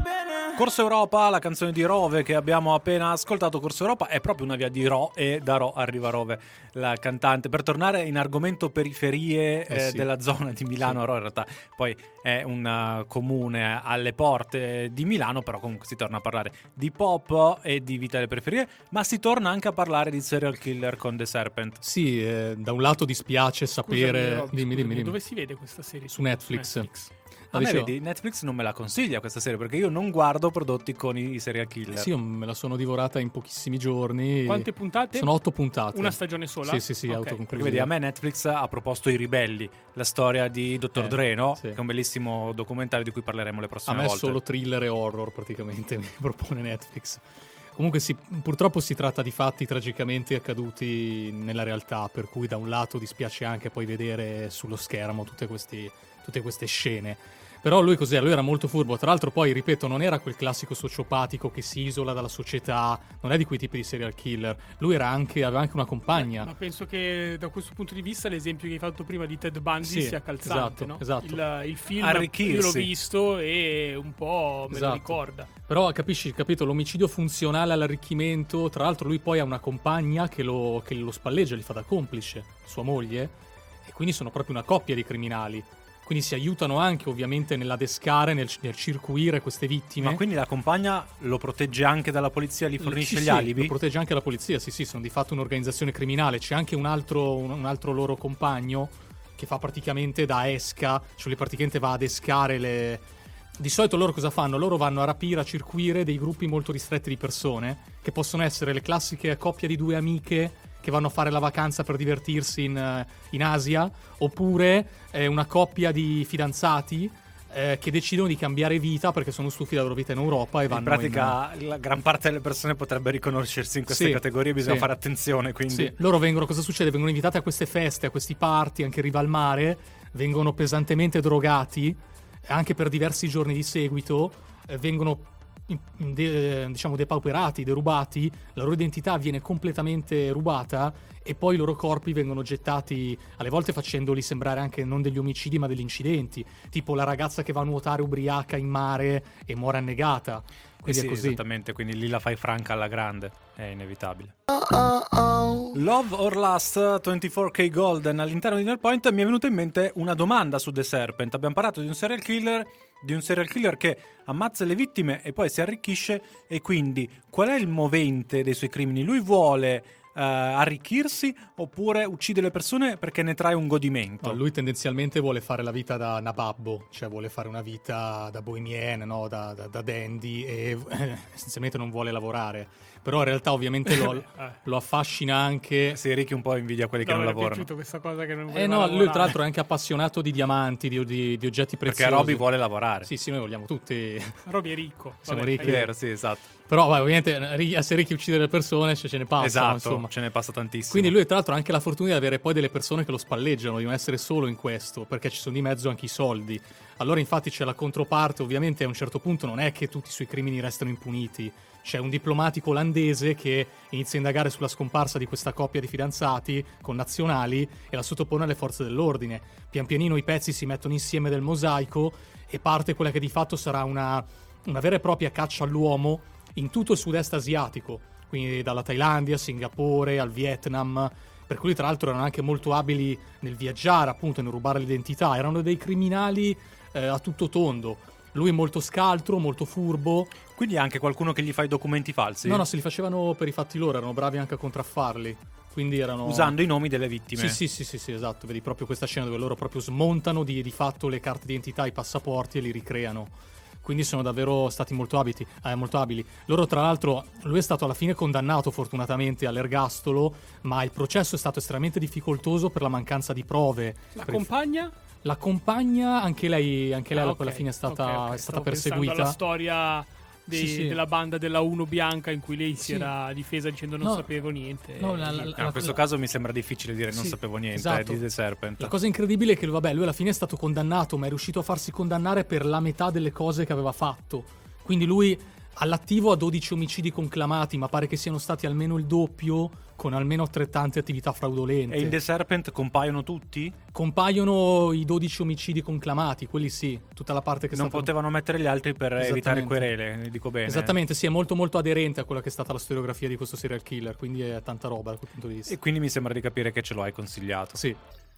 Corso Europa, la canzone di Rove che abbiamo appena ascoltato. Corso Europa è proprio una via di Ro, e da Ro arriva Rove, la cantante. Per tornare in argomento periferie della zona di Milano, Ro in realtà poi è un comune alle porte di Milano, però comunque si torna a parlare di pop e di vita delle periferie, ma si torna anche a parlare di serial killer con The Serpent. Sì, da un lato dispiace sapere... Dimmi. Dove si vede questa serie? Su Netflix. A me, vedi, Netflix non me la consiglia questa serie, perché io non guardo prodotti con i serial killer. Sì, io me la sono divorata in pochissimi giorni. Quante puntate? Sono 8 puntate. Una stagione sola? Sì, okay. autoconclusiva. Perché vedi, a me Netflix ha proposto I Ribelli, la storia di Dr. Dre, no? Sì. Che è un bellissimo documentario di cui parleremo le prossime volte. A me solo thriller e horror praticamente mi propone Netflix. Comunque purtroppo si tratta di fatti tragicamente accaduti nella realtà, per cui da un lato dispiace anche poi vedere sullo schermo tutte queste scene. Però lui cos'era? Lui era molto furbo. Tra l'altro poi, ripeto, non era quel classico sociopatico che si isola dalla società, non è di quei tipi di serial killer. Lui aveva anche una compagna. Ma penso che da questo punto di vista l'esempio che hai fatto prima di Ted Bundy sia calzante, no? Esatto. Il film io l'ho visto e un po' me lo ricorda. Però capito, l'omicidio funzionale all'arricchimento. Tra l'altro lui poi ha una compagna che lo spalleggia, gli fa da complice, sua moglie, e quindi sono proprio una coppia di criminali. Quindi si aiutano anche ovviamente nell'adescare, nel circuire queste vittime. Ma quindi la compagna lo protegge anche dalla polizia, gli fornisce gli alibi? Lo protegge anche la polizia, sì, sono di fatto un'organizzazione criminale. C'è anche un altro loro compagno che fa praticamente da esca, cioè lui praticamente va ad escare Di solito loro cosa fanno? Loro vanno a rapire, a circuire dei gruppi molto ristretti di persone, che possono essere le classiche coppie di due amiche che vanno a fare la vacanza per divertirsi in Asia, oppure una coppia di fidanzati che decidono di cambiare vita perché sono stufi della loro vita in Europa e vanno in pratica la gran parte delle persone potrebbe riconoscersi in queste categorie, bisogna fare attenzione, quindi sì. Loro cosa succede? Vengono invitati a queste feste, a questi party anche in riva al mare, vengono pesantemente drogati anche per diversi giorni di seguito, vengono diciamo depauperati, derubati, la loro identità viene completamente rubata e poi i loro corpi vengono gettati, alle volte facendoli sembrare anche non degli omicidi ma degli incidenti, tipo la ragazza che va a nuotare ubriaca in mare e muore annegata. Quindi sì, è così. Esattamente, quindi lì la fai franca alla grande, è inevitabile. Love or Lust, 24K Golden all'interno di Nerdpoint. Mi è venuta in mente una domanda su The Serpent. Abbiamo parlato di un serial killer che ammazza le vittime e poi si arricchisce, e quindi qual è il movente dei suoi crimini? Lui vuole arricchirsi oppure uccide le persone perché ne trae un godimento? No, lui tendenzialmente vuole fare la vita da nababbo, cioè vuole fare una vita da bohemienne, no? da dandy, e essenzialmente non vuole lavorare. Però in realtà ovviamente lo affascina anche. Si Ricky un po' invidia quelli che non lavorano. Mi è piaciuta questa cosa che non vuole no, lavorare. lui tra l'altro è anche appassionato di diamanti, di oggetti preziosi. Perché Roby vuole lavorare. Sì, noi vogliamo tutti. Roby è ricco. Siamo ricchi. Vero, sì, esatto. Però ovviamente se Ricky uccide le persone ce ne passa. Esatto, insomma. ce ne passa tantissimo. Quindi lui tra l'altro ha anche la fortuna di avere poi delle persone che lo spalleggiano, di non essere solo in questo, perché ci sono di mezzo anche i soldi. Allora infatti c'è la controparte, ovviamente a un certo punto non è che tutti i suoi crimini restano impuniti. C'è un diplomatico olandese che inizia a indagare sulla scomparsa di questa coppia di fidanzati connazionali e la sottopone alle forze dell'ordine. Pian pianino i pezzi si mettono insieme del mosaico e parte quella che di fatto sarà una vera e propria caccia all'uomo in tutto il sud-est asiatico, quindi dalla Thailandia, Singapore, al Vietnam, per cui tra l'altro erano anche molto abili nel viaggiare, appunto nel rubare l'identità, erano dei criminali a tutto tondo. Lui molto scaltro, molto furbo. Quindi anche qualcuno che gli fa i documenti falsi? No, se li facevano per i fatti loro, erano bravi anche a contraffarli. Quindi erano usando i nomi delle vittime. Sì, esatto. Vedi proprio questa scena dove loro proprio smontano di fatto le carte d'identità, i passaporti e li ricreano. Quindi sono davvero stati molto abili. Loro tra l'altro, lui è stato alla fine condannato fortunatamente all'ergastolo, ma il processo è stato estremamente difficoltoso per la mancanza di prove. La compagna, anche lei alla fine è stata perseguita. La storia della banda della Uno bianca in cui lei si era difesa dicendo non sapevo niente. In questo caso mi sembra difficile dire non sapevo niente, esatto. Di The Serpent. La cosa incredibile è che lui alla fine è stato condannato, ma è riuscito a farsi condannare per la metà delle cose che aveva fatto. Quindi lui all'attivo ha 12 omicidi conclamati, ma pare che siano stati almeno il doppio, con almeno altrettante attività fraudolente. E in The Serpent compaiono tutti? Compaiono i 12 omicidi conclamati, quelli sì, tutta la parte che non potevano mettere gli altri per evitare querele, dico bene. Esattamente, sì, è molto molto aderente a quella che è stata la storiografia di questo serial killer, quindi è tanta roba da quel punto di vista. E quindi mi sembra di capire che ce lo hai consigliato. Sì.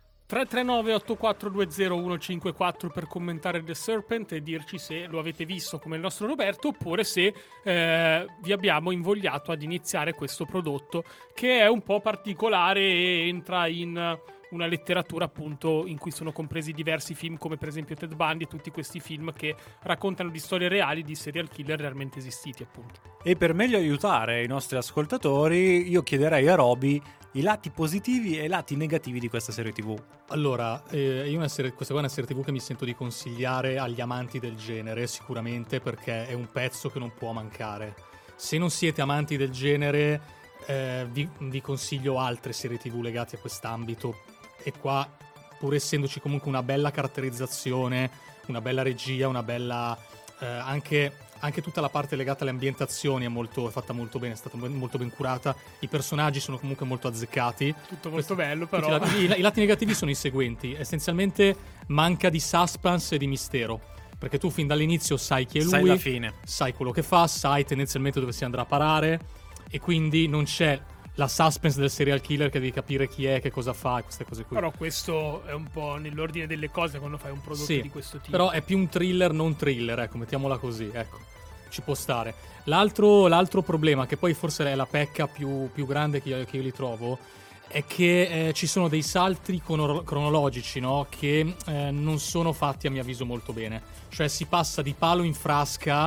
339-8420-154 per commentare The Serpent e dirci se lo avete visto come il nostro Roberto oppure se vi abbiamo invogliato ad iniziare questo prodotto che è un po' particolare e entra in una letteratura appunto in cui sono compresi diversi film come per esempio Ted Bundy e tutti questi film che raccontano di storie reali di serial killer realmente esistiti appunto. E per meglio aiutare i nostri ascoltatori io chiederei a Roby i lati positivi e i lati negativi di questa serie TV. Allora, questa qua è una serie TV che mi sento di consigliare agli amanti del genere sicuramente perché è un pezzo che non può mancare. Se non siete amanti del genere vi consiglio altre serie TV legate a quest'ambito. E qua, pur essendoci comunque una bella caratterizzazione, una bella regia, una bella anche tutta la parte legata alle ambientazioni è fatta molto bene, è stata molto ben curata. I personaggi sono comunque molto azzeccati. Tutto molto bello, però i lati negativi sono i seguenti: essenzialmente manca di suspense e di mistero, perché tu fin dall'inizio sai chi è lui, sai la fine, sai quello che fa, sai tendenzialmente dove si andrà a parare, e quindi non c'è la suspense del serial killer che devi capire chi è, che cosa fa e queste cose qui. Però questo è un po' nell'ordine delle cose quando fai un prodotto di questo tipo. Però è più un thriller non thriller, ecco, mettiamola così, ecco. Ci può stare. L'altro problema, che poi forse è la pecca più grande che io li trovo, è che ci sono dei salti cronologici, no? Che non sono fatti a mio avviso molto bene. Cioè si passa di palo in frasca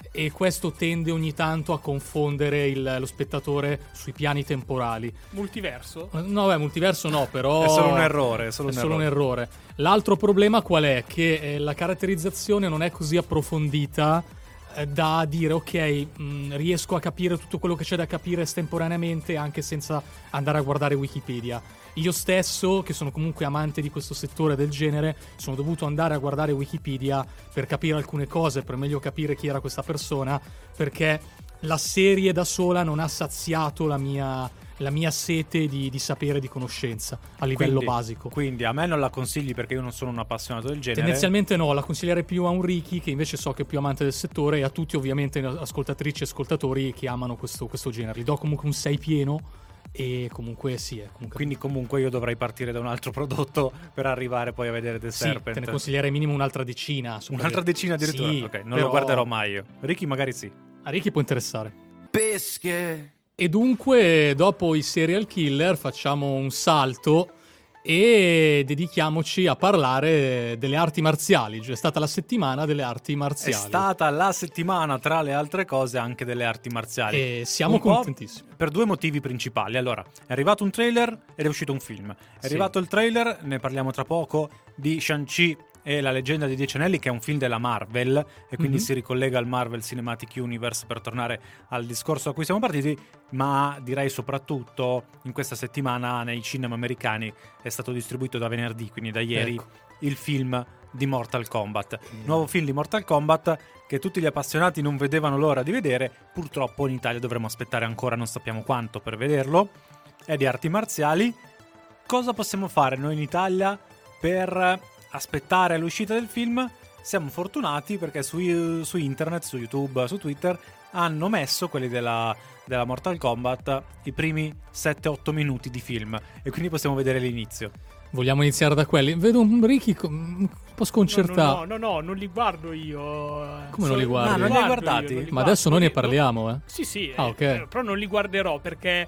e questo tende ogni tanto a confondere lo spettatore sui piani temporali. Multiverso? No, multiverso no, però... È solo un errore. È solo un errore. L'altro problema qual è? Che la caratterizzazione non è così approfondita da dire ok, riesco a capire tutto quello che c'è da capire estemporaneamente anche senza andare a guardare Wikipedia. Io stesso, che sono comunque amante di questo settore del genere, sono dovuto andare a guardare Wikipedia per capire alcune cose, per meglio capire chi era questa persona, perché la serie da sola non ha saziato la mia sete di sapere e di conoscenza a livello basico. Quindi a me non la consigli perché io non sono un appassionato del genere? Tendenzialmente no, la consiglierei più a un Ricky, che invece so che è più amante del settore, e a tutti ovviamente ascoltatrici e ascoltatori che amano questo genere. Gli do comunque un 6 pieno. E comunque sì, quindi comunque io dovrei partire da un altro prodotto per arrivare poi a vedere The Serpent. Te ne consiglierei minimo un'altra decina. Un'altra decina addirittura? Sì, ok, non lo guarderò mai io. Ricky magari sì. A Ricky può interessare. Pesche. E dunque dopo i serial killer facciamo un salto e dedichiamoci a parlare delle arti marziali. È stata la settimana delle arti marziali. È stata la settimana, tra le altre cose, anche delle arti marziali. E siamo contentissimi. Per due motivi principali. Allora, è arrivato un trailer ed è uscito un film. È arrivato il trailer, ne parliamo tra poco, di Shang-Chi e la leggenda dei 10 anelli, che è un film della Marvel e quindi si ricollega al Marvel Cinematic Universe per tornare al discorso a cui siamo partiti, ma direi soprattutto in questa settimana nei cinema americani è stato distribuito da venerdì, quindi da ieri, il film di Mortal Kombat. Nuovo film di Mortal Kombat che tutti gli appassionati non vedevano l'ora di vedere. Purtroppo in Italia dovremo aspettare ancora non sappiamo quanto per vederlo. È di arti marziali. Cosa possiamo fare noi in Italia per aspettare l'uscita del film? Siamo fortunati perché su internet, su YouTube, su Twitter hanno messo, quelli della Mortal Kombat, i primi 7-8 minuti di film e quindi possiamo vedere l'inizio. Vogliamo iniziare da quelli? Vedo un Ricky un po' sconcertato. No, non li guardo io. Come non li guardi? Non li hai guardati? Ma adesso noi ne parliamo, eh? Sì, ok. Però non li guarderò perché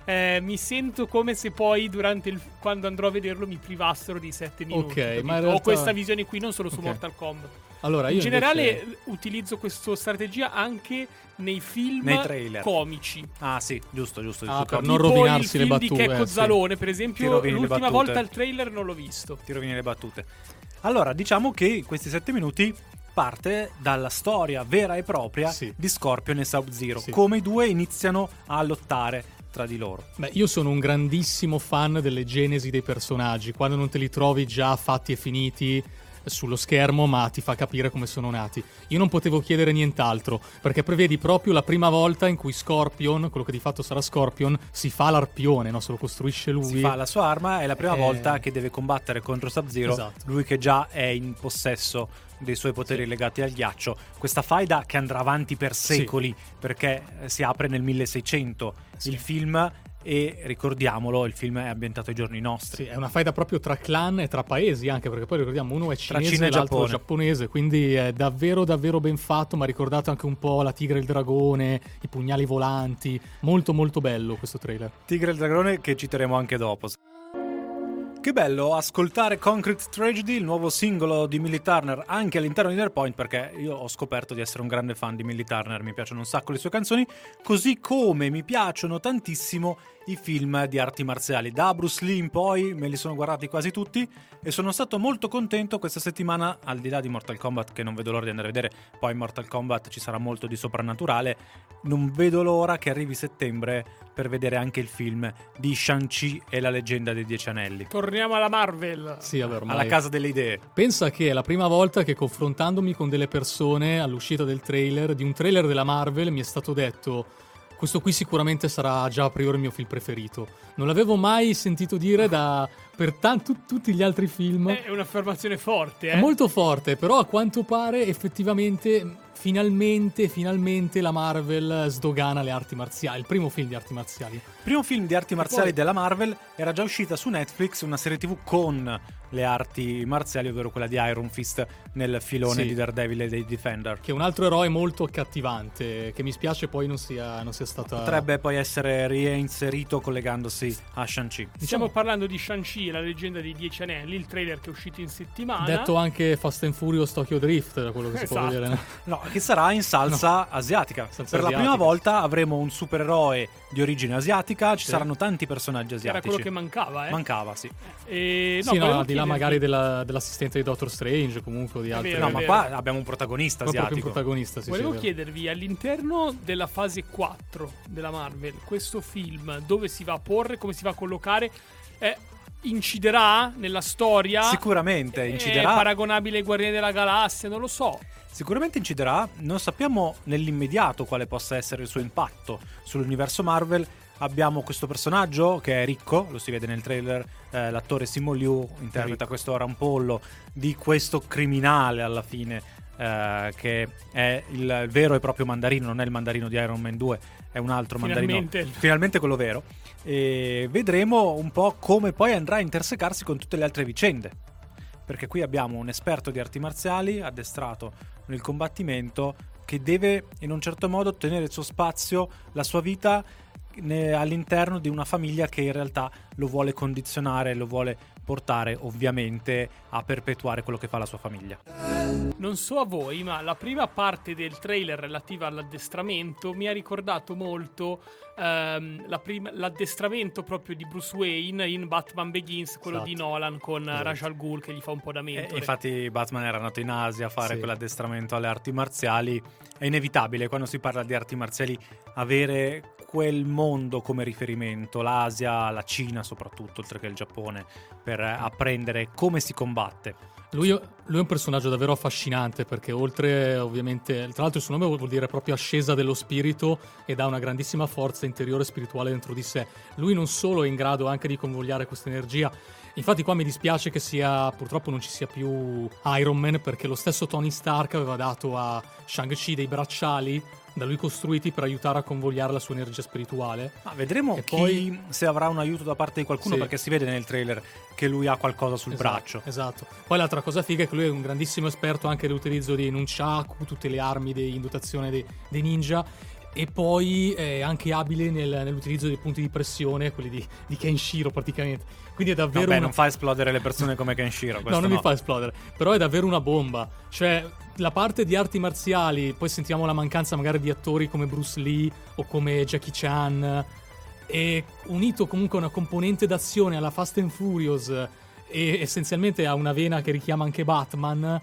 mi sento come se poi quando andrò a vederlo mi privassero di 7 minuti. Ok, ma in Ho realtà... questa visione qui non solo su Mortal Kombat. Allora, io in generale invece... utilizzo questa strategia anche nei film, nei trailer comici. Ah sì, giusto. Per non rovinarsi le battute. Il film di Checco Zalone, per esempio, l'ultima volta il trailer non l'ho visto. Ti rovini le battute. Allora, diciamo che questi 7 minuti parte dalla storia vera e propria di Scorpion e Sub-Zero. Come i due iniziano a lottare tra di loro. Beh, io sono un grandissimo fan delle genesi dei personaggi, quando non te li trovi già fatti e finiti sullo schermo, ma ti fa capire come sono nati. Io non potevo chiedere nient'altro, perché prevedi proprio la prima volta in cui Scorpion, quello che di fatto sarà Scorpion, si fa l'arpione, no? Se lo costruisce lui. Si fa la sua arma, è la prima volta che deve combattere contro Sub-Zero, esatto. Lui che già è in possesso dei suoi poteri legati al ghiaccio. Questa faida che andrà avanti per secoli, perché si apre nel 1600 il film. E ricordiamolo, il film è ambientato ai giorni nostri. Sì, è una faida proprio tra clan e tra paesi, anche perché poi ricordiamo uno è cinese e l'altro Giappone. Giapponese, quindi è davvero davvero ben fatto, ma ricordate anche un po' la tigre e il dragone, i pugnali volanti, molto molto bello questo trailer. Tigre e il dragone che citeremo anche dopo. Che bello ascoltare Concrete Tragedy, il nuovo singolo di Millie Turner, anche all'interno di Nearpoint, perché io ho scoperto di essere un grande fan di Millie Turner, mi piacciono un sacco le sue canzoni, così come mi piacciono tantissimo i film di arti marziali. Da Bruce Lee in poi me li sono guardati quasi tutti e sono stato molto contento questa settimana, al di là di Mortal Kombat che non vedo l'ora di andare a vedere, poi in Mortal Kombat ci sarà molto di soprannaturale, non vedo l'ora che arrivi settembre per vedere anche il film di Shang-Chi e la leggenda dei 10 anelli. Torniamo alla Marvel. Sì, vabbè, ormai. Alla casa delle idee. Pensa che è la prima volta che, confrontandomi con delle persone all'uscita del trailer, di un trailer della Marvel, mi è stato detto: questo qui sicuramente sarà già a priori il mio film preferito. Non l'avevo mai sentito dire per tutti gli altri film. È un'affermazione forte, È molto forte, però a quanto pare effettivamente finalmente la Marvel sdogana le arti marziali. Il primo film di arti marziali. Primo film di arti marziali della Marvel, era già uscita su Netflix una serie TV con le arti marziali, ovvero quella di Iron Fist nel filone di Daredevil e dei Defender. Che è un altro eroe molto accattivante, che mi spiace poi non sia stata... Potrebbe poi essere reinserito collegandosi a Shang-Chi. Stiamo parlando di Shang-Chi, la leggenda dei 10 anelli, il trailer che è uscito in settimana. Detto anche Fast and Furious Tokyo Drift, da quello che si può vedere. No, che sarà in salsa asiatica. Salsa per la asiatica. prima volta avremo un supereroe di origine asiatica, ci Sì. saranno tanti personaggi Era asiatici. quello che mancava, Mancava, sì. E, Sì, no, volevo al di là chiedervi- magari dell'assistente di Doctor Strange, comunque di altri. vero, No, è ma vero. qua abbiamo un protagonista Proprio un asiatico. protagonista, sì, Volevo sì, è vero. chiedervi, all'interno della fase 4 della Marvel, questo film dove si va a porre, come si va a collocare, inciderà nella storia? Sicuramente È inciderà. paragonabile ai Guardiani della Galassia? Non lo so. Sicuramente inciderà, non sappiamo nell'immediato quale possa essere il suo impatto sull'universo Marvel. Abbiamo questo personaggio che è Ricco, lo si vede nel trailer, l'attore Simu Liu interpreta questo rampollo di questo criminale alla fine, che è il vero e proprio mandarino, non è il mandarino di Iron Man 2, è un altro mandarino, finalmente quello vero. E vedremo un po' come poi andrà a intersecarsi con tutte le altre vicende, perché qui abbiamo un esperto di arti marziali addestrato nel combattimento che deve in un certo modo tenere il suo spazio, la sua vita all'interno di una famiglia che in realtà lo vuole condizionare, lo vuole portare ovviamente a perpetuare quello che fa la sua famiglia. Non so a voi, ma la prima parte del trailer relativa all'addestramento mi ha ricordato molto l'addestramento proprio di Bruce Wayne in Batman Begins, quello Esatto. di Nolan con Esatto. Ra's al Ghul che gli fa un po' da mentore. Infatti Batman era nato in Asia a fare Sì. quell'addestramento alle arti marziali. È inevitabile quando si parla di arti marziali avere quel mondo come riferimento, l'Asia, la Cina soprattutto, oltre che il Giappone, per apprendere come si combatte. Lui è un personaggio davvero affascinante perché oltre ovviamente, tra l'altro il suo nome vuol dire proprio ascesa dello spirito ed ha una grandissima forza interiore e spirituale dentro di sé. Lui non solo è in grado anche di convogliare questa energia, infatti qua mi dispiace che purtroppo non ci sia più Iron Man, perché lo stesso Tony Stark aveva dato a Shang-Chi dei bracciali da lui costruiti per aiutare a convogliare la sua energia spirituale. Ma vedremo E se avrà un aiuto da parte di qualcuno, Sì. perché si vede nel trailer che lui ha qualcosa sul braccio. Esatto. Poi l'altra cosa figa è che lui è un grandissimo esperto anche dell'utilizzo dei nunchaku, tutte le armi in dotazione dei ninja, e poi è anche abile nell'utilizzo dei punti di pressione, quelli di Kenshiro praticamente. Quindi è davvero Vabbè, non fa esplodere le persone come Kenshiro. No, non mi fa esplodere, però è davvero una bomba. Cioè, la parte di arti marziali, poi sentiamo la mancanza magari di attori come Bruce Lee o come Jackie Chan, e unito comunque a una componente d'azione alla Fast and Furious e essenzialmente a una vena che richiama anche Batman,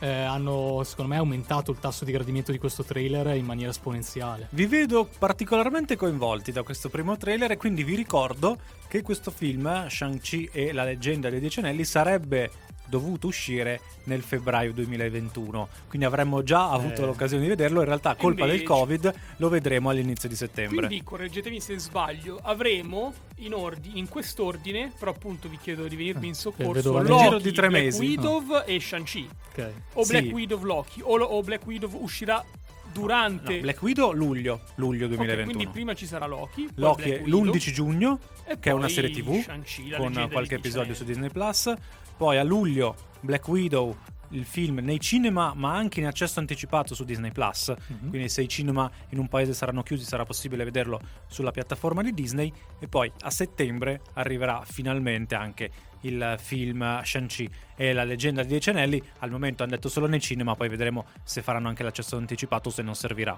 hanno secondo me aumentato il tasso di gradimento di questo trailer in maniera esponenziale. Vi vedo particolarmente coinvolti da questo primo trailer e quindi vi ricordo che questo film, Shang-Chi e la leggenda dei 10 anelli, sarebbe dovuto uscire nel febbraio 2021, quindi avremmo già avuto l'occasione di vederlo. In realtà, colpa del Covid, lo vedremo all'inizio di settembre. Quindi, correggetemi se sbaglio, avremo in quest'ordine, però appunto vi chiedo di venirmi in soccorso, vedo nel Loki, giro di 3 Black mesi. Widow e Shang-Chi. Ok. O Black Sì. Widow Loki, o Black Widow uscirà durante... No, Black Widow luglio Ok, 2021. quindi prima ci sarà Loki, poi Loki Black è Widow, l'11 giugno, e che è una poi serie TV Shang-Chi, la con leggenda qualche dei episodio 10 su Disney Plus. Poi a luglio Black Widow, il film nei cinema, ma anche in accesso anticipato su Disney Plus. Quindi se i cinema in un paese saranno chiusi, sarà possibile vederlo sulla piattaforma di Disney. E poi a settembre arriverà finalmente anche il film Shang-Chi e la leggenda dei 10 anelli. Al momento hanno detto solo nei cinema, poi vedremo se faranno anche l'accesso anticipato o se non servirà.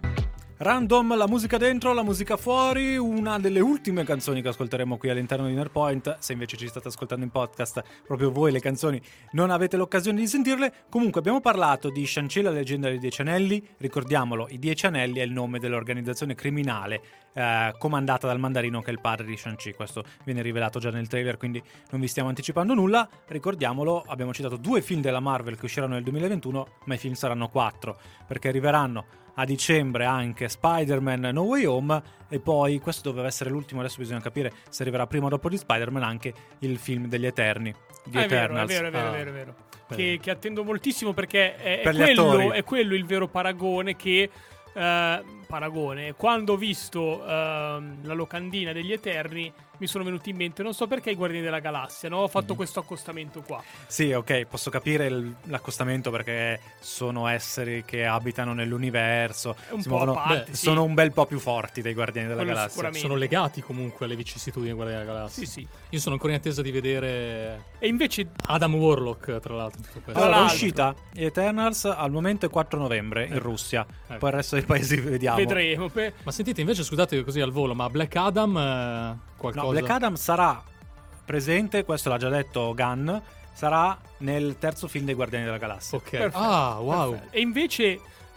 Random, la musica dentro, la musica fuori, una delle ultime canzoni che ascolteremo qui all'interno di Nerdpoint. Se invece ci state ascoltando in podcast, proprio voi le canzoni non avete l'occasione di sentirle. Comunque abbiamo parlato di Shang-Chi, la leggenda dei 10 anelli. Ricordiamolo, i 10 anelli è il nome dell'organizzazione criminale comandata dal mandarino, che è il padre di Shang-Chi. Questo viene rivelato già nel trailer, quindi non vi stiamo anticipando nulla. Ricordiamolo, abbiamo citato 2 film della Marvel che usciranno nel 2021, ma i film saranno 4, perché arriveranno a dicembre anche Spider-Man No Way Home, e poi questo doveva essere l'ultimo, adesso bisogna capire se arriverà prima o dopo di Spider-Man anche il film degli Eterni, di È vero, Eternals. è vero. Che attendo moltissimo, perché Per gli attori. è quello il vero paragone che... quando ho visto la locandina degli Eterni mi sono venuti in mente, non so perché i Guardiani della Galassia, no? Ho fatto questo accostamento qua. Sì, ok, posso capire l'accostamento perché sono esseri che abitano nell'universo, È un si po' muovono, a parte, sì. sono un bel po' più forti dei Guardiani della Quello Galassia. sicuramente. Sono legati comunque alle vicissitudini di Guardiani della Galassia. Sì, sì. Io sono ancora in attesa di vedere E invece Adam Warlock, tra l'altro. Tutto questo. Tra Allora, l'altro. l'uscita Eternals al momento è 4 novembre in Russia, poi il resto dei paesi vediamo. vedremo. Ma sentite, invece, scusate così al volo, ma Black Adam qualcosa? No, Black Adam sarà presente, questo l'ha già detto Gunn, sarà nel terzo film dei Guardiani della Galassia. Ok. Perfetto, Ah, wow. perfetto. E invece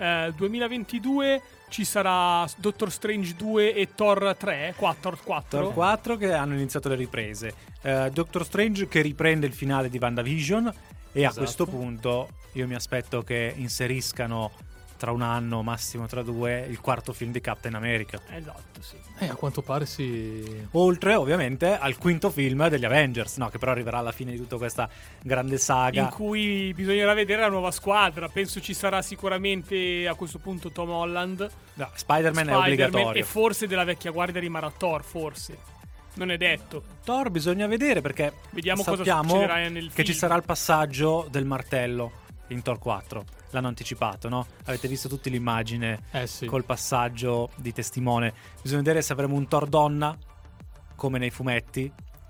2022 ci sarà Doctor Strange 2 e Thor 3, 4. Thor 4 che hanno iniziato le riprese, Doctor Strange che riprende il finale di WandaVision e a Esatto. questo punto io mi aspetto che inseriscano tra un anno, massimo tra 2, il quarto film di Captain America. Esatto, sì. A quanto pare sì. Oltre ovviamente al quinto film degli Avengers, no, che però arriverà alla fine di tutta questa grande saga. In cui bisognerà vedere la nuova squadra. Penso ci sarà sicuramente a questo punto Tom Holland, No, Spider-Man è obbligatorio. e forse della vecchia guardia rimarrà Thor, forse. Non è detto. Thor bisogna vedere perché Vediamo cosa sappiamo succederà nel che ci film. sarà il passaggio del martello in Thor 4. L'hanno anticipato, no? Avete visto tutti l'immagine Sì. col passaggio di testimone. Bisogna vedere se avremo un Thor donna come nei fumetti.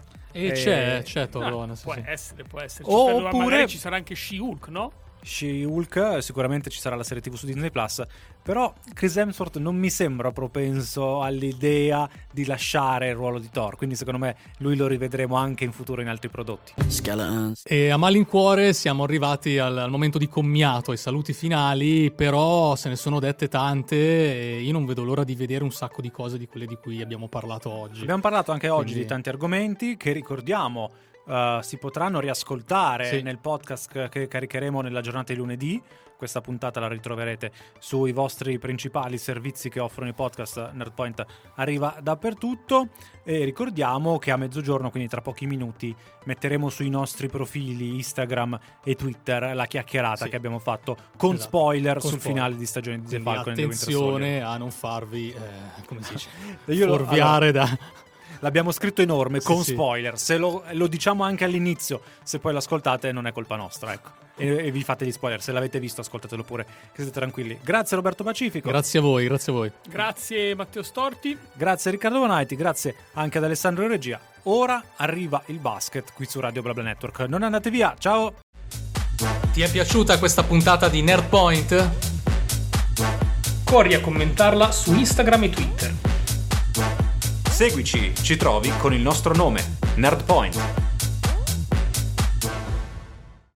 E c'è Thor, Può sì. essere, può essere. Oppure- Magari ci sarà anche She-Hulk, no? She-Hulk, sicuramente ci sarà la serie TV su Disney Plus, però Chris Hemsworth non mi sembra propenso all'idea di lasciare il ruolo di Thor, quindi secondo me lui lo rivedremo anche in futuro in altri prodotti. Skeletons. E a malincuore siamo arrivati al momento di commiato, ai saluti finali, però se ne sono dette tante e io non vedo l'ora di vedere un sacco di cose di quelle di cui abbiamo parlato oggi. Abbiamo parlato anche oggi Quindi- di tanti argomenti che ricordiamo si potranno riascoltare Sì. nel podcast che caricheremo nella giornata di lunedì. Questa puntata la ritroverete sui vostri principali servizi che offrono i podcast. Nerdpoint arriva dappertutto e ricordiamo che a mezzogiorno, quindi tra pochi minuti, metteremo sui nostri profili Instagram e Twitter la chiacchierata Sì. che abbiamo fatto con Esatto. spoiler Con sul spoiler. finale di stagione di The Quindi Falcon and the Winter Soldier. attenzione a non farvi, come si dice, Io lo- fuorviare da... L'abbiamo scritto enorme Sì, con sì. spoiler. Se lo diciamo anche all'inizio, se poi l'ascoltate non è colpa nostra, ecco. E vi fate gli spoiler. Se l'avete visto, ascoltatelo pure, che siete tranquilli. Grazie Roberto Pacifico. Grazie a voi, grazie a voi. Grazie Matteo Storti. Grazie Riccardo Bonaiti. Grazie anche ad Alessandro in regia. Ora arriva il basket qui su Radio BlaBla Network. Non andate via. Ciao. Ti è piaciuta questa puntata di Nerdpoint? Corri a commentarla su Instagram e Twitter. Seguici, ci trovi con il nostro nome, Nerdpoint.